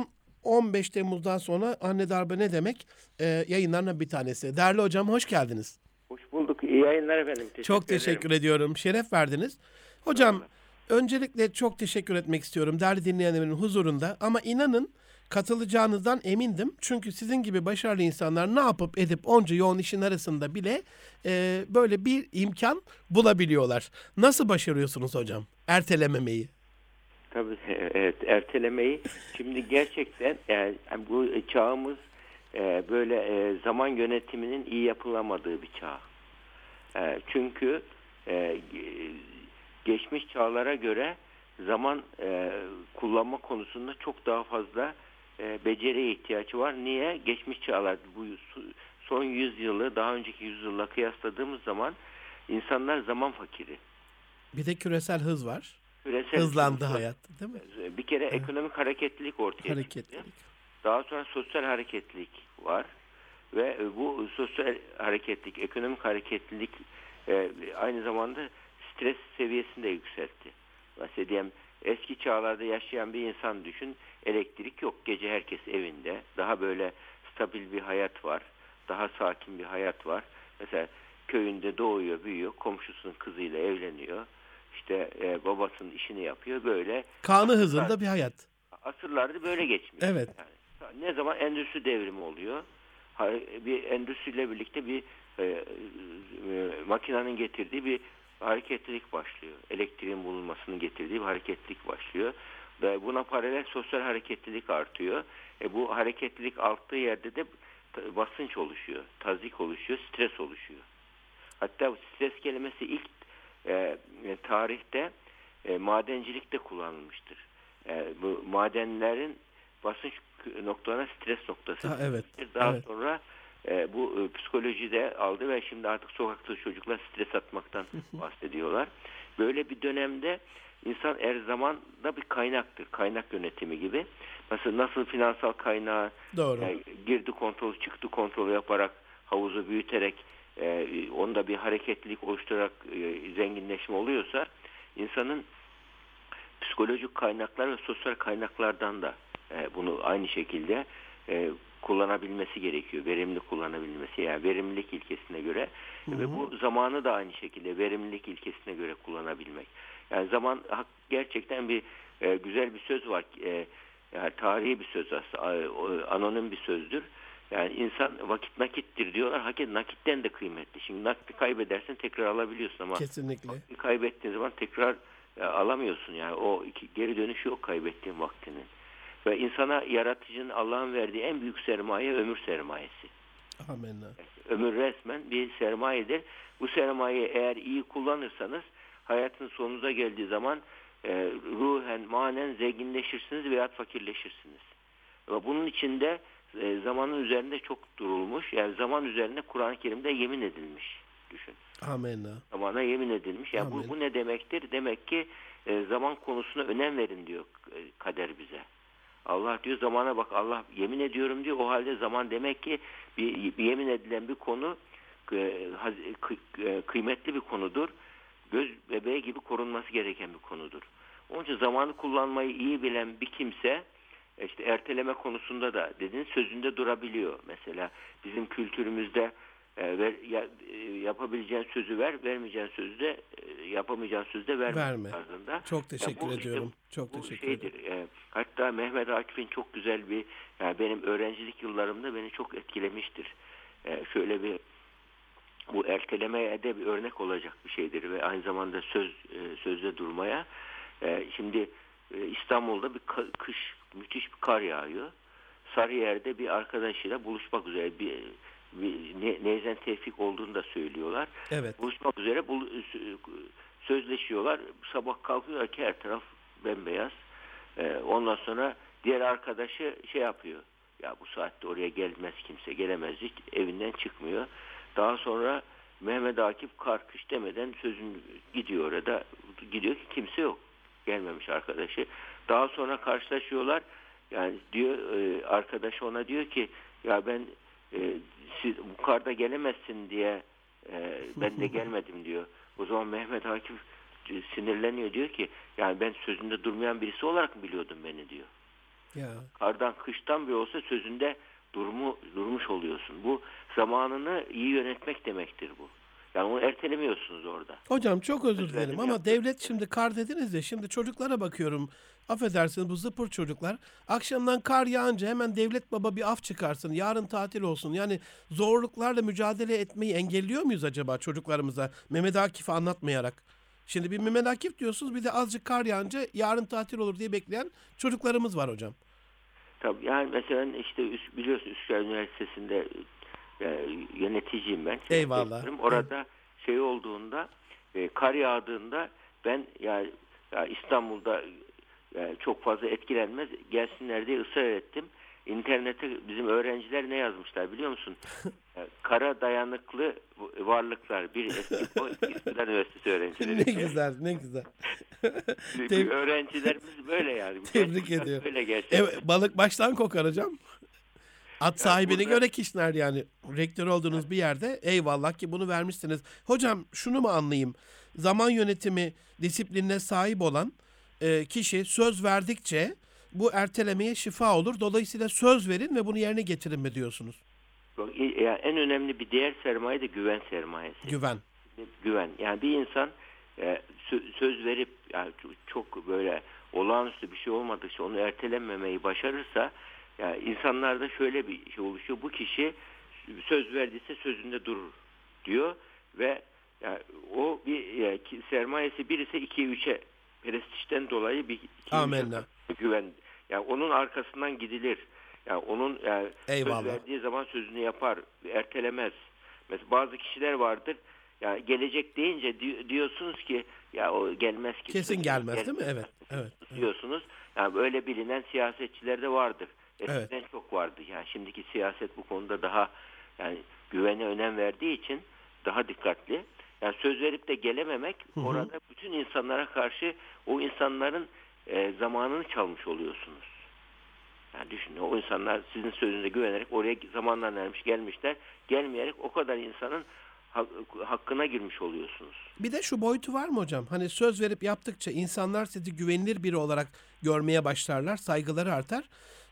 on beş Temmuz'dan sonra anne darbe ne demek? Ee, yayınlarından bir tanesi. Değerli hocam hoş geldiniz. Hoş bulduk. İyi yayınlar efendim. Teşekkür Çok teşekkür ederim. ediyorum. Şeref verdiniz. Hocam öncelikle çok teşekkür etmek istiyorum değerli dinleyenlerin huzurunda. Ama inanın katılacağınızdan emindim. Çünkü sizin gibi başarılı insanlar ne yapıp edip onca yoğun işin arasında bile e, böyle bir imkan bulabiliyorlar. Nasıl başarıyorsunuz hocam? Ertelememeyi. Tabii evet, ertelemeyi. Şimdi gerçekten yani bu çağımız e, böyle e, zaman yönetiminin iyi yapılamadığı bir çağ. E, çünkü e, geçmiş çağlara göre zaman e, kullanma konusunda çok daha fazla e, beceriye ihtiyacı var. Niye? Geçmiş çağlar bu son yüzyılı daha önceki yüzyılla kıyasladığımız zaman insanlar zaman fakiri. Bir de küresel hız var. Küresel Hızlandı hız var. hayat, değil mi? Bir kere Evet. ekonomik hareketlilik ortaya Hareketlilik. çıktı. Daha sonra sosyal hareketlilik var. Ve bu sosyal hareketlilik, ekonomik hareketlilik e, aynı zamanda stres seviyesini de yükseltti. Mesela diyelim eski çağlarda yaşayan bir insan düşün. Elektrik yok. Gece herkes evinde. Daha böyle stabil bir hayat var. Daha sakin bir hayat var. Mesela köyünde doğuyor, büyüyor. Komşusunun kızıyla evleniyor. İşte e, babasının işini yapıyor. Böyle Kanı asırlar, hızında bir hayat. asırlardır böyle geçmiş. Evet. Yani ne zaman endüstri devrimi oluyor? Bir endüstriyle birlikte bir e, e, makinenin getirdiği bir hareketlilik başlıyor. Elektriğin bulunmasının getirdiği bir hareketlilik başlıyor. Ve buna paralel sosyal hareketlilik artıyor. E, bu hareketlilik arttığı yerde de basınç oluşuyor, tazik oluşuyor, stres oluşuyor. Hatta stres kelimesi ilk e, tarihte e, madencilikte kullanılmıştır. E, bu madenlerin basınç noktalarına stres noktası. Ha, evet. Daha evet. sonra e, bu e, psikolojide aldı ve şimdi artık sokakta çocuklar stres atmaktan bahsediyorlar. Böyle bir dönemde insan her zaman da bir kaynaktır. Kaynak yönetimi gibi. Nasıl nasıl finansal kaynağı Doğru. e, girdi kontrol, çıktı kontrol yaparak havuzu büyüterek e, onda bir hareketlilik oluşturarak e, zenginleşme oluyorsa insanın psikolojik kaynaklar ve sosyal kaynaklardan da e, bunu aynı şekilde e, kullanabilmesi gerekiyor. Verimli kullanabilmesi. Yani verimlilik ilkesine göre Hı hı. ve bu zamanı da aynı şekilde verimlilik ilkesine göre kullanabilmek. Yani zaman gerçekten bir e, güzel bir söz var. E, yani tarihi bir söz aslında. Anonim bir sözdür. Yani insan vakit nakittir diyorlar. Hakikaten nakitten de kıymetli. Şimdi nakti kaybedersen tekrar alabiliyorsun ama Kesinlikle. vakti kaybettiğin zaman tekrar e, alamıyorsun. Yani o iki, geri dönüşü yok kaybettiğin vaktinin. Ve insana yaratıcının Allah'ın verdiği en büyük sermaye ömür sermayesi. Amenna. Ömür resmen bir sermayedir. Bu sermayeyi eğer iyi kullanırsanız hayatın sonunuza geldiği zaman e, ruhen, manen zenginleşirsiniz veya fakirleşirsiniz. Ve bunun içinde e, zamanın üzerinde çok durulmuş. Yani zaman üzerine Kur'an-ı Kerim'de yemin edilmiş. Düşün. Amenna. Zamana yemin edilmiş. Yani bu, bu ne demektir? Demek ki e, zaman konusuna önem verin diyor e, kader bize. Allah diyor zamana bak, Allah yemin ediyorum diyor. O halde zaman demek ki bir, bir yemin edilen bir konu e, kı, kıymetli bir konudur. Göz bebeği gibi korunması gereken bir konudur. Onun için zamanı kullanmayı iyi bilen bir kimse işte erteleme konusunda da dediğin sözünde durabiliyor. Mesela bizim kültürümüzde e, ver, ya, e, yapabileceğin sözü ver, vermeyeceğin sözü de e, yapamayacağın sözü de verme. Verme. Tarzında. Çok teşekkür yani bu ediyorum. Işte, Çok bu teşekkür şeydir. ederim. E, hatta Mehmet Akif'in çok güzel bir yani benim öğrencilik yıllarımda beni çok etkilemiştir. E, şöyle bir bu ertelemeye de bir örnek olacak bir şeydir ve aynı zamanda söz e, sözde durmaya. E, şimdi e, İstanbul'da bir ka- kış müthiş bir kar yağıyor. Sarıyer'de bir arkadaşıyla buluşmak üzere bir, bir ne, Neyzen Tevfik olduğunu da söylüyorlar. Evet. Buluşmak üzere bul, sözleşiyorlar. Sabah kalkıyorlar ki her taraf bembeyaz. E, ondan sonra diğer arkadaşı şey yapıyor. Ya bu saatte oraya gelmez kimse, gelemezdik. Evinden çıkmıyor. Daha sonra Mehmet Akif kar kış demeden sözün gidiyor orada. Gidiyor ki kimse yok. Gelmemiş arkadaşı. Daha sonra karşılaşıyorlar. Yani diyor e, arkadaş ona diyor ki ya ben e, siz bu karda gelemezsin diye e, ben de gelmedim diyor. O zaman Mehmet Akif sinirleniyor diyor ki yani ben sözünde durmayan birisi olarak mı biliyordun beni diyor. Ya. Kardan, kıştan bile olsa sözünde durumu, durmuş oluyorsun. Bu zamanını iyi yönetmek demektir bu. Yani onu ertelemiyorsunuz orada. Hocam çok özür Söz dilerim verdim, ama yapıyorum. devlet şimdi kar dediniz ya, şimdi çocuklara bakıyorum. Affedersiniz, bu zıpır çocuklar. Akşamdan kar yağınca hemen devlet baba bir af çıkarsın. Yarın tatil olsun. Yani zorluklarla mücadele etmeyi engelliyor muyuz acaba çocuklarımıza? Mehmet Akif'i anlatmayarak. Şimdi bir Mehmet Akif diyorsunuz, bir de azıcık kar yağınca yarın tatil olur diye bekleyen çocuklarımız var hocam. Tabii yani mesela işte Üs- biliyorsun Üsküdar Üniversitesi'nde e, yöneticiyim ben. Eyvallah. Orada şey olduğunda e, kar yağdığında ben ya, ya İstanbul'da e, çok fazla etkilenmez gelsinler diye ısrar ettim. İnternete bizim öğrenciler ne yazmışlar biliyor musun? E, Kara dayanıklı varlıklar. Bir eski o İstiklal Üniversitesi öğrencileri. Ne güzel, ne güzel. Bir öğrencilerimiz böyle yani. Tebrik Gerçekten ediyorum. böyle gerçekten. Evet, balık baştan kokar hocam. At sahibine burada- göre kişner yani. Rektör olduğunuz bir yerde eyvallah ki bunu vermişsiniz. Hocam şunu mu anlayayım? Zaman yönetimi disiplinine sahip olan e, kişi söz verdikçe bu ertelemeye şifa olur. Dolayısıyla söz verin ve bunu yerine getirin mi diyorsunuz? Bak, e- yani en önemli bir diğer sermaye de güven sermayesi. Güven. Güven. Yani bir insan e, sö- söz verip yani çok, çok böyle olağanüstü bir şey olmadıkça onu ertelenmemeyi başarırsa yani insanlarda şöyle bir şey oluşuyor. Bu kişi söz verdiyse sözünde durur diyor ve yani o bir yani sermayesi bir ise ikiye üçe prestijden dolayı bir ikiye Amenna. üçe güven. Yani onun arkasından gidilir. Yani onun yani Eyvallah. söz verdiği zaman sözünü yapar, ertelemez. Mesela bazı kişiler vardır. Ya gelecek deyince di- diyorsunuz ki ya o gelmez ki. Kesin Söz- gelmez değil mi? Evet. Evet. Evet. Diyorsunuz. Yani böyle bilinen siyasetçiler de vardır. Eskiden Evet. çok vardı. Yani şimdiki siyaset bu konuda daha yani güvene önem verdiği için daha dikkatli. Yani söz verip de gelememek Hı hı. orada bütün insanlara karşı o insanların e, zamanını çalmış oluyorsunuz. Yani düşünün o insanlar sizin sözünüze güvenerek oraya zamanla vermiş gelmişler. Gelmeyerek o kadar insanın hakkına girmiş oluyorsunuz. Bir de şu boyutu var mı hocam? Hani söz verip yaptıkça insanlar sizi güvenilir biri olarak görmeye başlarlar, saygıları artar.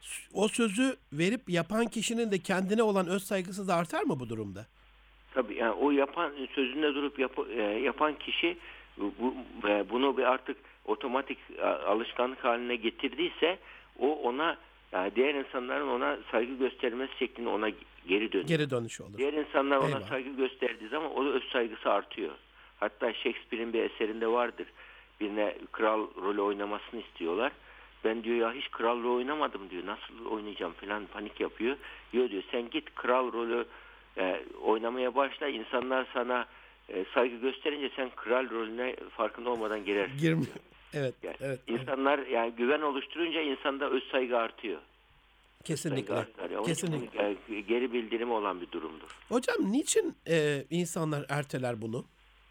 O sözü verip yapan kişinin de kendine olan öz saygısı da artar mı bu durumda? Tabii yani o yapan sözünde durup yap, e, yapan kişi bu, e, bunu bir artık otomatik e, alışkanlık haline getirdiyse o ona yani diğer insanların ona saygı göstermesi şeklinde ona geri dönüyor. Geri dönüş olur. Diğer insanlar ona Eyvallah. saygı gösterdiği zaman o öz saygısı artıyor. Hatta Shakespeare'in bir eserinde vardır. Birine kral rolü oynamasını istiyorlar. Ben diyor ya hiç kral rolü oynamadım diyor. Nasıl oynayacağım falan panik yapıyor. Diyor diyor sen git kral rolü e, oynamaya başla. İnsanlar sana e, saygı gösterince sen kral rolüne farkında olmadan girersin. Girmiyor. Evet, Yani evet. insanlar yani güven oluşturunca insanda öz saygı artıyor. Kesinlikle. Saygı artar. Yani Kesinlikle. onun için, e, geri bildirimi olan bir durumdur. Hocam niçin e, insanlar erteler bunu?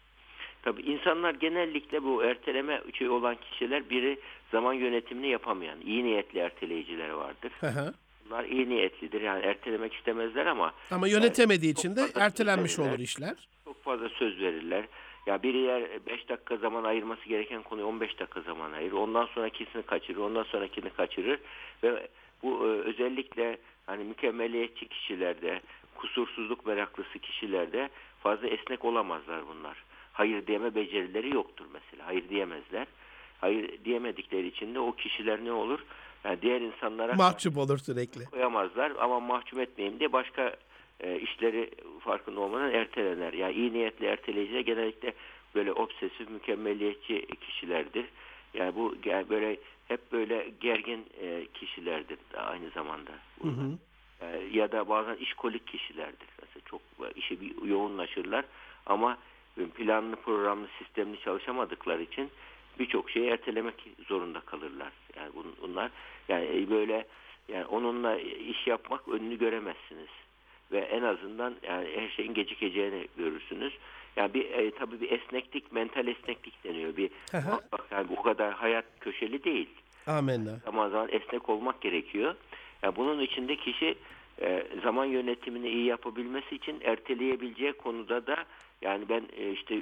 Tabii insanlar genellikle bu erteleme şey olan kişiler biri zaman yönetimini yapamayan, iyi niyetli erteleyiciler vardır. Hı hı. Bunlar iyi niyetlidir yani ertelemek istemezler ama Ama yönetemediği çok için de fazla ertelenmiş söz verirler. olur işler. Çok fazla söz verirler. Ya biri yer beş dakika zaman ayırması gereken konuya on beş dakika zaman ayırır. Ondan sonrakisini kaçırır. Ondan sonrakini kaçırır. Ve bu e, özellikle hani mükemmeliyetçi kişilerde, kusursuzluk meraklısı kişilerde fazla esnek olamazlar bunlar. Hayır diyeme becerileri yoktur mesela. Hayır diyemezler. Hayır diyemedikleri için de o kişiler ne olur? Yani diğer insanlara Mahcup olur sürekli. koyamazlar ama mahcup etmeyeyim diye başka e, işleri farkında olmadan ertelenir. Yani iyi niyetli erteleyiciler genellikle böyle obsesif, mükemmeliyetçi kişilerdir. Yani bu yani böyle hep böyle gergin e, kişilerdir aynı zamanda. Hı hı. E, ya da bazen işkolik kişilerdir. Mesela çok işe bir yoğunlaşırlar ama planlı, programlı, sistemli çalışamadıkları için birçok şeyi ertelemek zorunda kalırlar. Yani bunlar yani böyle yani onunla iş yapmak önünü göremezsiniz ve en azından yani her şeyin gecikeceğini görürsünüz. Yani bir e, tabii bir esneklik, mental esneklik deniyor. Bir Hı hı. bak yani o kadar hayat köşeli değil. Amenna. Zaman zaman esnek olmak gerekiyor. Yani bunun içinde kişi e, zaman yönetimini iyi yapabilmesi için erteleyebileceği konuda da yani ben e, işte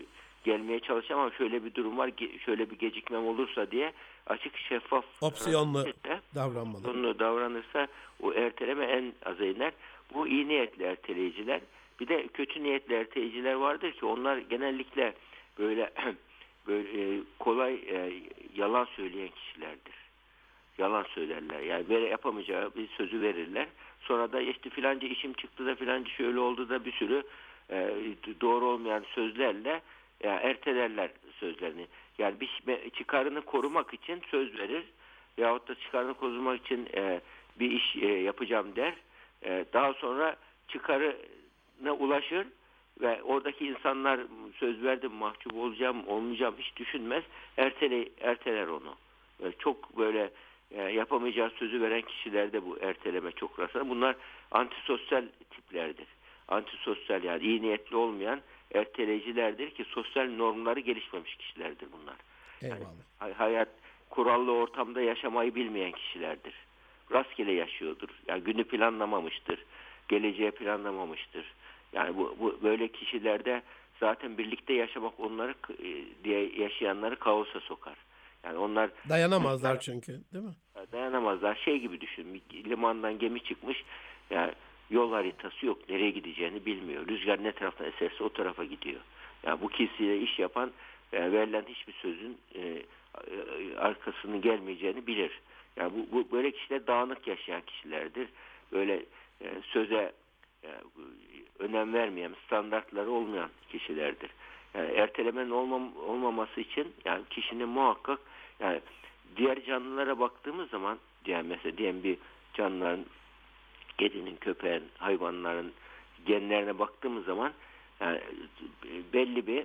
gelmeye çalışacağım ama şöyle bir durum var, ge- şöyle bir gecikmem olursa diye açık, şeffaf Opsiyonlu davranırsa, davranmalı. opsiyonlu davranırsa o erteleme en aza iner. Bu iyi niyetli erteleyiciler. Bir de kötü niyetli erteleyiciler vardır ki onlar genellikle böyle böyle e, kolay e, yalan söyleyen kişilerdir. Yalan söylerler. Yani böyle yapamayacağı bir sözü verirler. Sonra da işte filanca işim çıktı da filanca şöyle oldu da bir sürü e, doğru olmayan sözlerle ya, ertelerler sözlerini. Yani bir çıkarını korumak için söz verir. Yahut da çıkarını korumak için e, bir iş e, yapacağım der. E, daha sonra çıkarına ulaşır ve oradaki insanlar söz verdim, mahcup olacağım, olmayacağım hiç düşünmez. Ertele, erteler onu. E, çok böyle e, yapamayacağı sözü veren kişilerde bu erteleme çok rastlanır. Bunlar antisosyal tiplerdir. Antisosyal, yani iyi niyetli olmayan erteleyicilerdir ki sosyal normları gelişmemiş kişilerdir bunlar. Yani Eyvallah. hayat kurallı ortamda yaşamayı bilmeyen kişilerdir. Rastgele yaşıyordur. Yani günü planlamamıştır. Geleceğe planlamamıştır. Yani bu, bu böyle kişilerde zaten birlikte yaşamak onları e, diye yaşayanları kaosa sokar. Yani onlar Dayanamazlar çünkü, değil mi? dayanamazlar. Şey gibi düşün. Limandan gemi çıkmış. Yani yol haritası yok. Nereye gideceğini bilmiyor. Rüzgar ne taraftan eserse o tarafa gidiyor. Yani bu kişiyle iş yapan e, verilen hiçbir sözün e, e, arkasının gelmeyeceğini bilir. Yani bu, bu böyle kişiler dağınık yaşayan kişilerdir. Böyle e, söze e, önem vermeyen, standartları olmayan kişilerdir. Yani ertelemenin olmam, olmaması için yani kişinin muhakkak, yani diğer canlılara baktığımız zaman, yani mesela diyelim bir canlıların, kedinin, köpeğin, hayvanların genlerine baktığımız zaman yani belli bir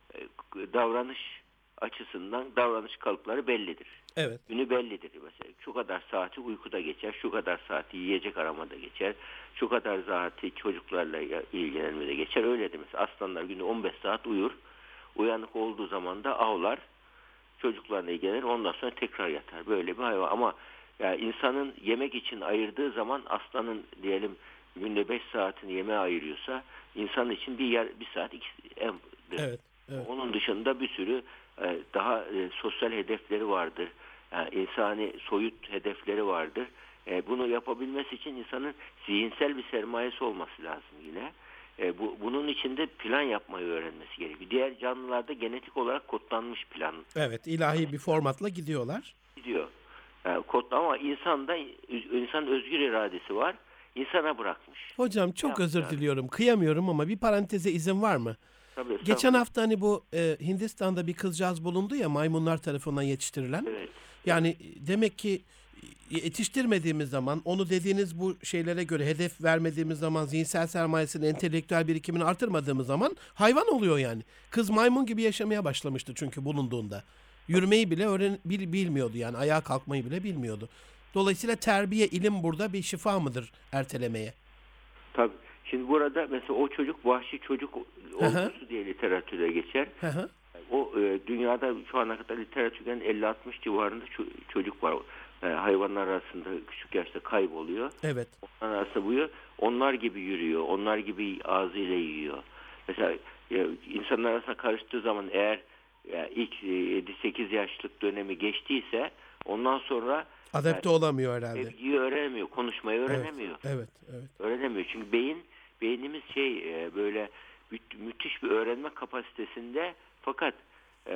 davranış açısından davranış kalıpları bellidir. Evet. Günü bellidir. Mesela şu kadar saati uykuda geçer, şu kadar saati yiyecek aramada geçer, şu kadar saati çocuklarla ilgilenmede geçer. Öyledir. Mesela aslanlar günde on beş saat uyur. Uyanık olduğu zaman da avlar, çocuklarla ilgilenir, ondan sonra tekrar yatar. Böyle bir hayvan. Ama yani insanın yemek için ayırdığı zaman aslanın diyelim günde beş saatini yemeğe ayırıyorsa insan için bir yer, bir saat iki emdir. Evet. Evet. Onun dışında bir sürü e, daha e, sosyal hedefleri vardır. Yani insani soyut hedefleri vardır. E, bunu yapabilmesi için insanın zihinsel bir sermayesi olması lazım yine. E, bu, bunun için de plan yapmayı öğrenmesi gerekiyor. Diğer canlılarda genetik olarak kodlanmış plan. Evet, ilahi bir formatla gidiyorlar. Gidiyor. Yani kod, ama insanda insan özgür iradesi var. İnsana bırakmış. Hocam çok Ne özür yapacağını. diliyorum. Kıyamıyorum ama bir paranteze izin var mı? Tabii, Geçen estağfurullah. hafta hani bu e, Hindistan'da bir kızcağız bulundu ya, maymunlar tarafından yetiştirilen. Evet. Yani e, demek ki e, yetiştirmediğimiz zaman, onu dediğiniz bu şeylere göre hedef vermediğimiz zaman, zihinsel sermayesini, entelektüel birikimini artırmadığımız zaman hayvan oluyor yani. Kız maymun gibi yaşamaya başlamıştı çünkü bulunduğunda. Yürümeyi bile öğren bil, bilmiyordu yani, ayağa kalkmayı bile bilmiyordu. Dolayısıyla terbiye, ilim burada bir şifa mıdır ertelemeye? Tabii. Şimdi burada mesela o çocuk vahşi çocuk Hı hı. olgusu diye literatüre geçer. Hı hı. O e, dünyada şu ana kadar literatürden elli altmış civarında ço- çocuk var. E, hayvanlar arasında küçük yaşta kayboluyor. Evet. Onlar arasında buyuyor. Onlar gibi yürüyor. Onlar gibi ağzıyla yiyor. Mesela e, insanlar arasında karıştığı zaman eğer e, ilk yedi sekiz yaşlık dönemi geçtiyse ondan sonra Adapte yani, olamıyor herhalde. sevgiyi öğrenemiyor. Konuşmayı Evet. öğrenemiyor. Evet. Evet. Öğrenemiyor. Çünkü beyin beynimiz şey e, böyle mü- müthiş bir öğrenme kapasitesinde, fakat e,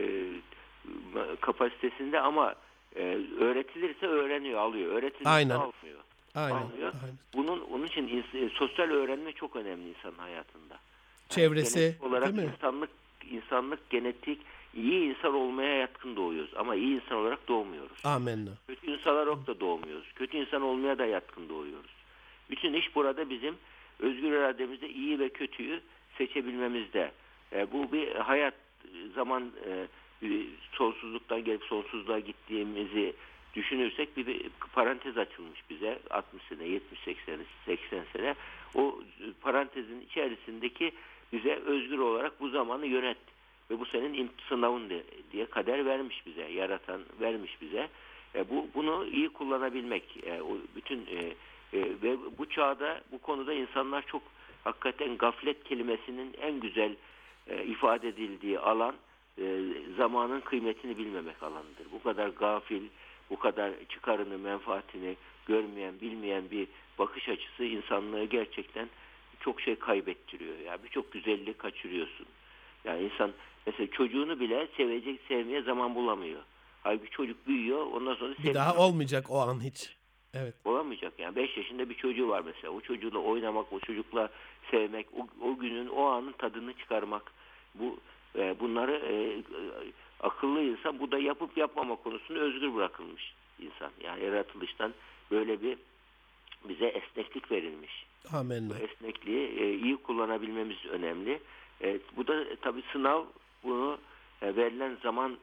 e, kapasitesinde ama e, öğretilirse öğreniyor, alıyor. Öğretilirse Aynen. almıyor. Aynen. Almıyor. Aynen. Bunun onun için ins- e, sosyal öğrenme çok önemli insanın hayatında. Yani Çevresi, genetik olarak değil mi? insanlık insanlık genetik iyi insan olmaya yatkın doğuyoruz ama iyi insan olarak doğmuyoruz. Amenna. Kötü insan olarak da doğmuyoruz. Kötü insan olmaya da yatkın doğuyoruz. Bütün iş burada bizim özgür irademizde iyi ve kötüyü seçebilmemizde. E, bu bir hayat zaman e, sonsuzluktan gelip sonsuzluğa gittiğimizi düşünürsek bir, bir parantez açılmış bize altmış sene, yetmiş seksen, seksen sene. O parantezin içerisindeki bize özgür olarak bu zamanı yönet ve bu senin sınavın diye kader vermiş bize, yaratan vermiş bize. E, bu bunu iyi kullanabilmek, e, o bütün e, e, ve bu çağda bu konuda insanlar çok hakikaten gaflet kelimesinin en güzel e, ifade edildiği alan e, zamanın kıymetini bilmemek alanıdır. Bu kadar gafil, bu kadar çıkarını, menfaatini görmeyen, bilmeyen bir bakış açısı insanlığı gerçekten çok şey kaybettiriyor. Yani birçok güzelliği kaçırıyorsun. Yani insan mesela çocuğunu bile sevecek, sevmeye zaman bulamıyor. Halbuki çocuk büyüyor, ondan sonra Bir daha sevmiyor. olmayacak o an hiç. Evet. Olamayacak yani. Beş yaşında bir çocuğu var mesela. O çocuğuyla oynamak, o çocukla sevmek, o, o günün, o anın tadını çıkarmak. Bu e, bunları e, e, akıllı insan bu da yapıp yapmama konusunda özgür bırakılmış insan. Yani yaratılıştan böyle bir bize esneklik verilmiş. Bu Amenna. esnekliği e, iyi kullanabilmemiz önemli. E, bu da e, tabii sınav bunu e, verilen zamanı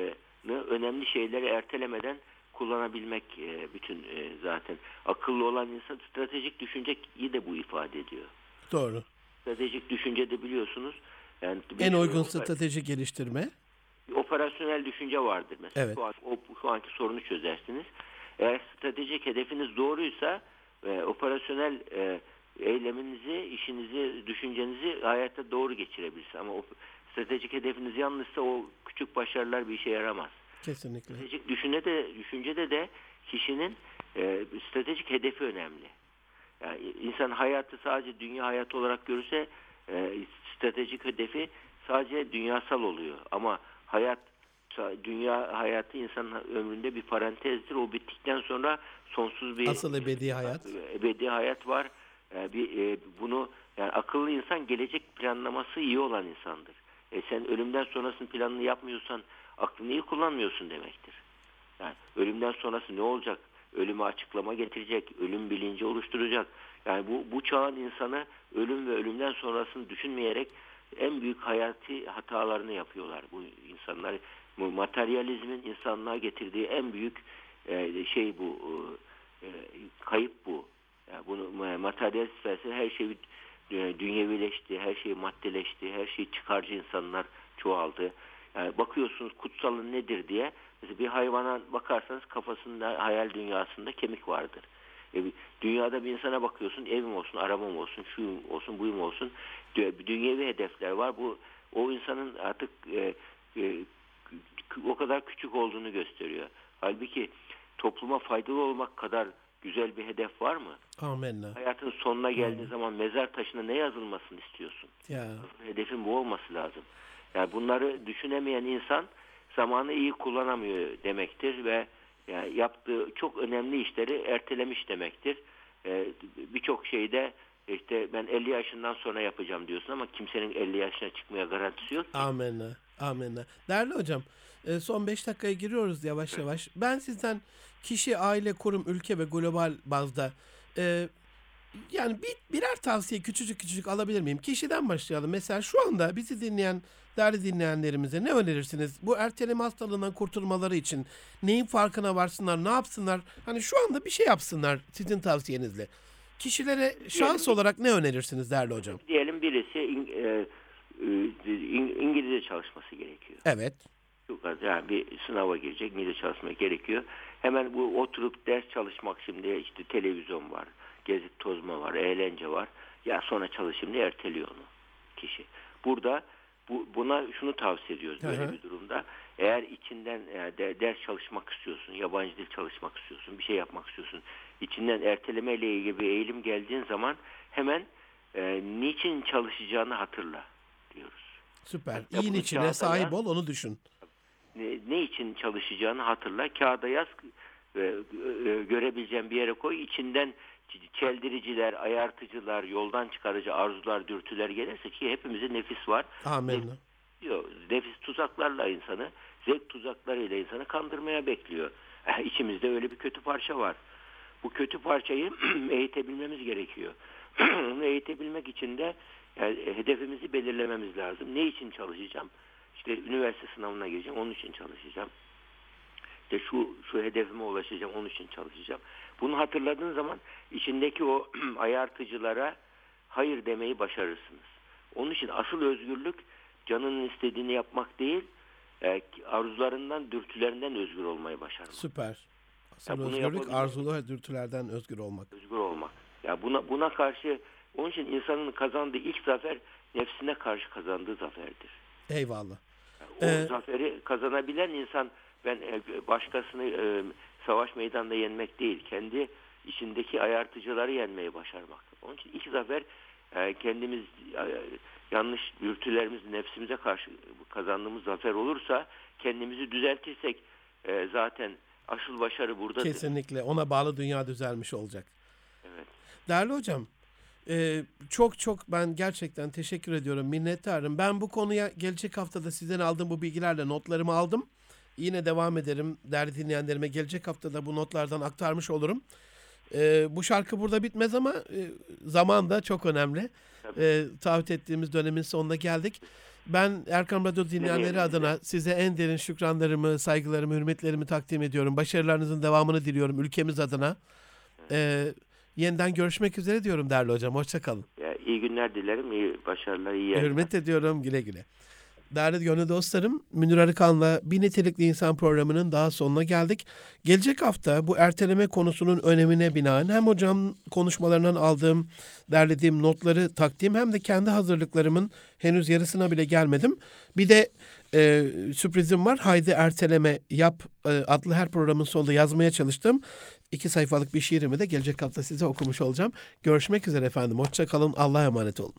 önemli şeyleri ertelemeden kullanabilmek e, bütün e, zaten. Akıllı olan insan stratejik düşünceyi de bu ifade ediyor. Doğru. Stratejik düşünce de biliyorsunuz yani bir En sürü uygun oper- strateji geliştirme. bir operasyonel düşünce vardır mesela. Evet. Şu, an, o, şu anki sorunu çözersiniz. Eğer stratejik hedefiniz doğruysa e, operasyonel e, eyleminizi, işinizi, düşüncenizi hayata doğru geçirebilirsiniz. Ama o stratejik hedefiniz yanlışsa o küçük başarılar bir işe yaramaz. Kesinlikle. Stratejik düşünce de, düşüncede de kişinin e, stratejik hedefi önemli. Yani insan hayatı sadece dünya hayatı olarak görürse e, stratejik hedefi sadece dünyasal oluyor. Ama hayat, dünya hayatı insanın ömründe bir parantezdir. O bittikten sonra sonsuz bir Asıl ebedi hayat. ebedi hayat var. E, bir e, bunu yani akıllı insan gelecek planlaması iyi olan insandır. E, sen ölümden sonrasının planını yapmıyorsan aklını iyi kullanmıyorsun demektir. Yani ölümden sonrası ne olacak? Ölüme açıklama getirecek, ölüm bilinci oluşturacak. Yani bu bu çağın insanı ölüm ve ölümden sonrasını düşünmeyerek en büyük hayati hatalarını yapıyorlar bu insanlar. Bu materyalizmin insanlığa getirdiği en büyük e, şey bu, e, kayıp bu. Yani bunu materyalist felsefe her şey e, dünyevileşti, her şey maddeleşti, her şey çıkarcı insanlar çoğaldı. Yani bakıyorsunuz kutsalın nedir diye. Mesela bir hayvana bakarsanız kafasında, hayal dünyasında kemik vardır. E, dünyada bir insana bakıyorsun, evim olsun, arabam olsun, şuyum olsun, buyum olsun. Dünyevi hedefler var. Bu o insanın artık e, e, o kadar küçük olduğunu gösteriyor. Halbuki topluma faydalı olmak kadar güzel bir hedef var mı? Amenna. Hayatın sonuna geldiğin zaman mezar taşına ne yazılmasını istiyorsun? Ya. Hedefin bu olması lazım. Yani bunları düşünemeyen insan zamanı iyi kullanamıyor demektir ve yani yaptığı çok önemli işleri ertelemiş demektir. Ee, Birçok şeyde işte ben elli yaşından sonra yapacağım diyorsun ama kimsenin elli yaşına çıkmaya garantisi yok ki. Amenna. Amenna. Değerli hocam, e, son beş dakikaya giriyoruz yavaş yavaş. Ben sizden kişi, aile, kurum, ülke ve global bazda e, yani bir, birer tavsiye küçücük küçücük alabilir miyim? Kişiden başlayalım. Mesela şu anda bizi dinleyen değerli dinleyenlerimize ne önerirsiniz? Bu erteleme hastalığından kurtulmaları için neyin farkına varsınlar, ne yapsınlar? Hani şu anda bir şey yapsınlar sizin tavsiyenizle. Kişilere şans Diyelim, olarak ne önerirsiniz değerli hocam? diyelim birisi İng- e, e, İng- İngilizce çalışması gerekiyor. Evet. Çok az yani bir sınava girecek, İngilizce çalışmak gerekiyor. Hemen bu oturup ders çalışmak şimdi işte televizyon var, gezip tozma var, eğlence var. Ya sonra çalışayım diye erteliyor onu kişi. Burada bu, buna şunu tavsiye ediyoruz Hı böyle hı. bir durumda. Eğer içinden yani de, ders çalışmak istiyorsun, yabancı dil çalışmak istiyorsun, bir şey yapmak istiyorsun. İçinden ertelemeyle ilgili bir eğilim geldiğin zaman hemen e, niçin çalışacağını hatırla diyoruz. Süper. Yani İyi bunu içine kağıda sahip yaz. ol, onu düşün. Ne, ne için çalışacağını hatırla. Kağıda yaz, e, e, görebileceğin bir yere koy. İçinden çeldiriciler, ayartıcılar, yoldan çıkarıcı arzular, dürtüler gelirse ki hepimizin nefis var. Nefis, Amenna. diyor, nefis tuzaklarla insanı, zevk tuzaklarıyla insanı kandırmaya bekliyor. Eh, İçimizde öyle bir kötü parça var. Bu kötü parçayı eğitebilmemiz gerekiyor. Onu eğitebilmek için de yani hedefimizi belirlememiz lazım. Ne için çalışacağım? İşte üniversite sınavına gireceğim, onun için çalışacağım. İşte şu şu hedefime ulaşacağım, onun için çalışacağım. Bunu hatırladığın zaman içindeki o ayartıcılara hayır demeyi başarırsınız. Onun için asıl özgürlük canının istediğini yapmak değil, e, arzularından, dürtülerinden özgür olmayı başarmak. Süper. Ya Asıl bunu özgürlük yapabilmek, arzulu ve dürtülerden özgür olmak. özgür olmak. Ya buna buna karşı onun için insanın kazandığı ilk zafer nefsine karşı kazandığı zaferdir. Eyvallah. O Ee, zaferi kazanabilen insan, ben e, başkasını e, savaş meydanında yenmek değil, kendi içindeki ayartıcıları yenmeyi başarmak. Onun için ilk zafer e, kendimiz e, yanlış dürtülerimiz nefsimize karşı kazandığımız zafer olursa, kendimizi düzeltirsek e, zaten asıl başarı buradadır. Kesinlikle. Ona bağlı dünya düzelmiş olacak. Evet. Değerli hocam, e, çok çok ben gerçekten teşekkür ediyorum. Minnettarım. Ben bu konuya gelecek haftada sizden aldığım bu bilgilerle notlarımı aldım. Yine devam ederim. Değerli dinleyenlerime gelecek haftada bu notlardan aktarmış olurum. E, bu şarkı burada bitmez ama e, zaman da çok önemli. E, taahhüt ettiğimiz dönemin sonuna geldik. Ben Erkam Radyo dinleyenleri adına size en derin şükranlarımı, saygılarımı, hürmetlerimi takdim ediyorum. Başarılarınızın devamını diliyorum ülkemiz adına. E, yeniden görüşmek üzere diyorum değerli hocam. Hoşça kalın. Ya, iyi günler dilerim, iyi başarılar, iyi yayınlar. Hürmet ediyorum. Güle güle. Değerli gönül dostlarım, Münir Arıkan'la Bir Nitelikli İnsan programının daha sonuna geldik. Gelecek hafta bu erteleme konusunun önemine binaen hem hocam konuşmalarından aldığım, derlediğim notları takdim hem de kendi hazırlıklarımın henüz yarısına bile gelmedim. Bir de e, sürprizim var. Haydi erteleme yap e, adlı her programın sonunda yazmaya çalıştım. İki sayfalık bir şiirimi de gelecek hafta size okumuş olacağım. Görüşmek üzere efendim. Hoşça kalın. Allah'a emanet olun.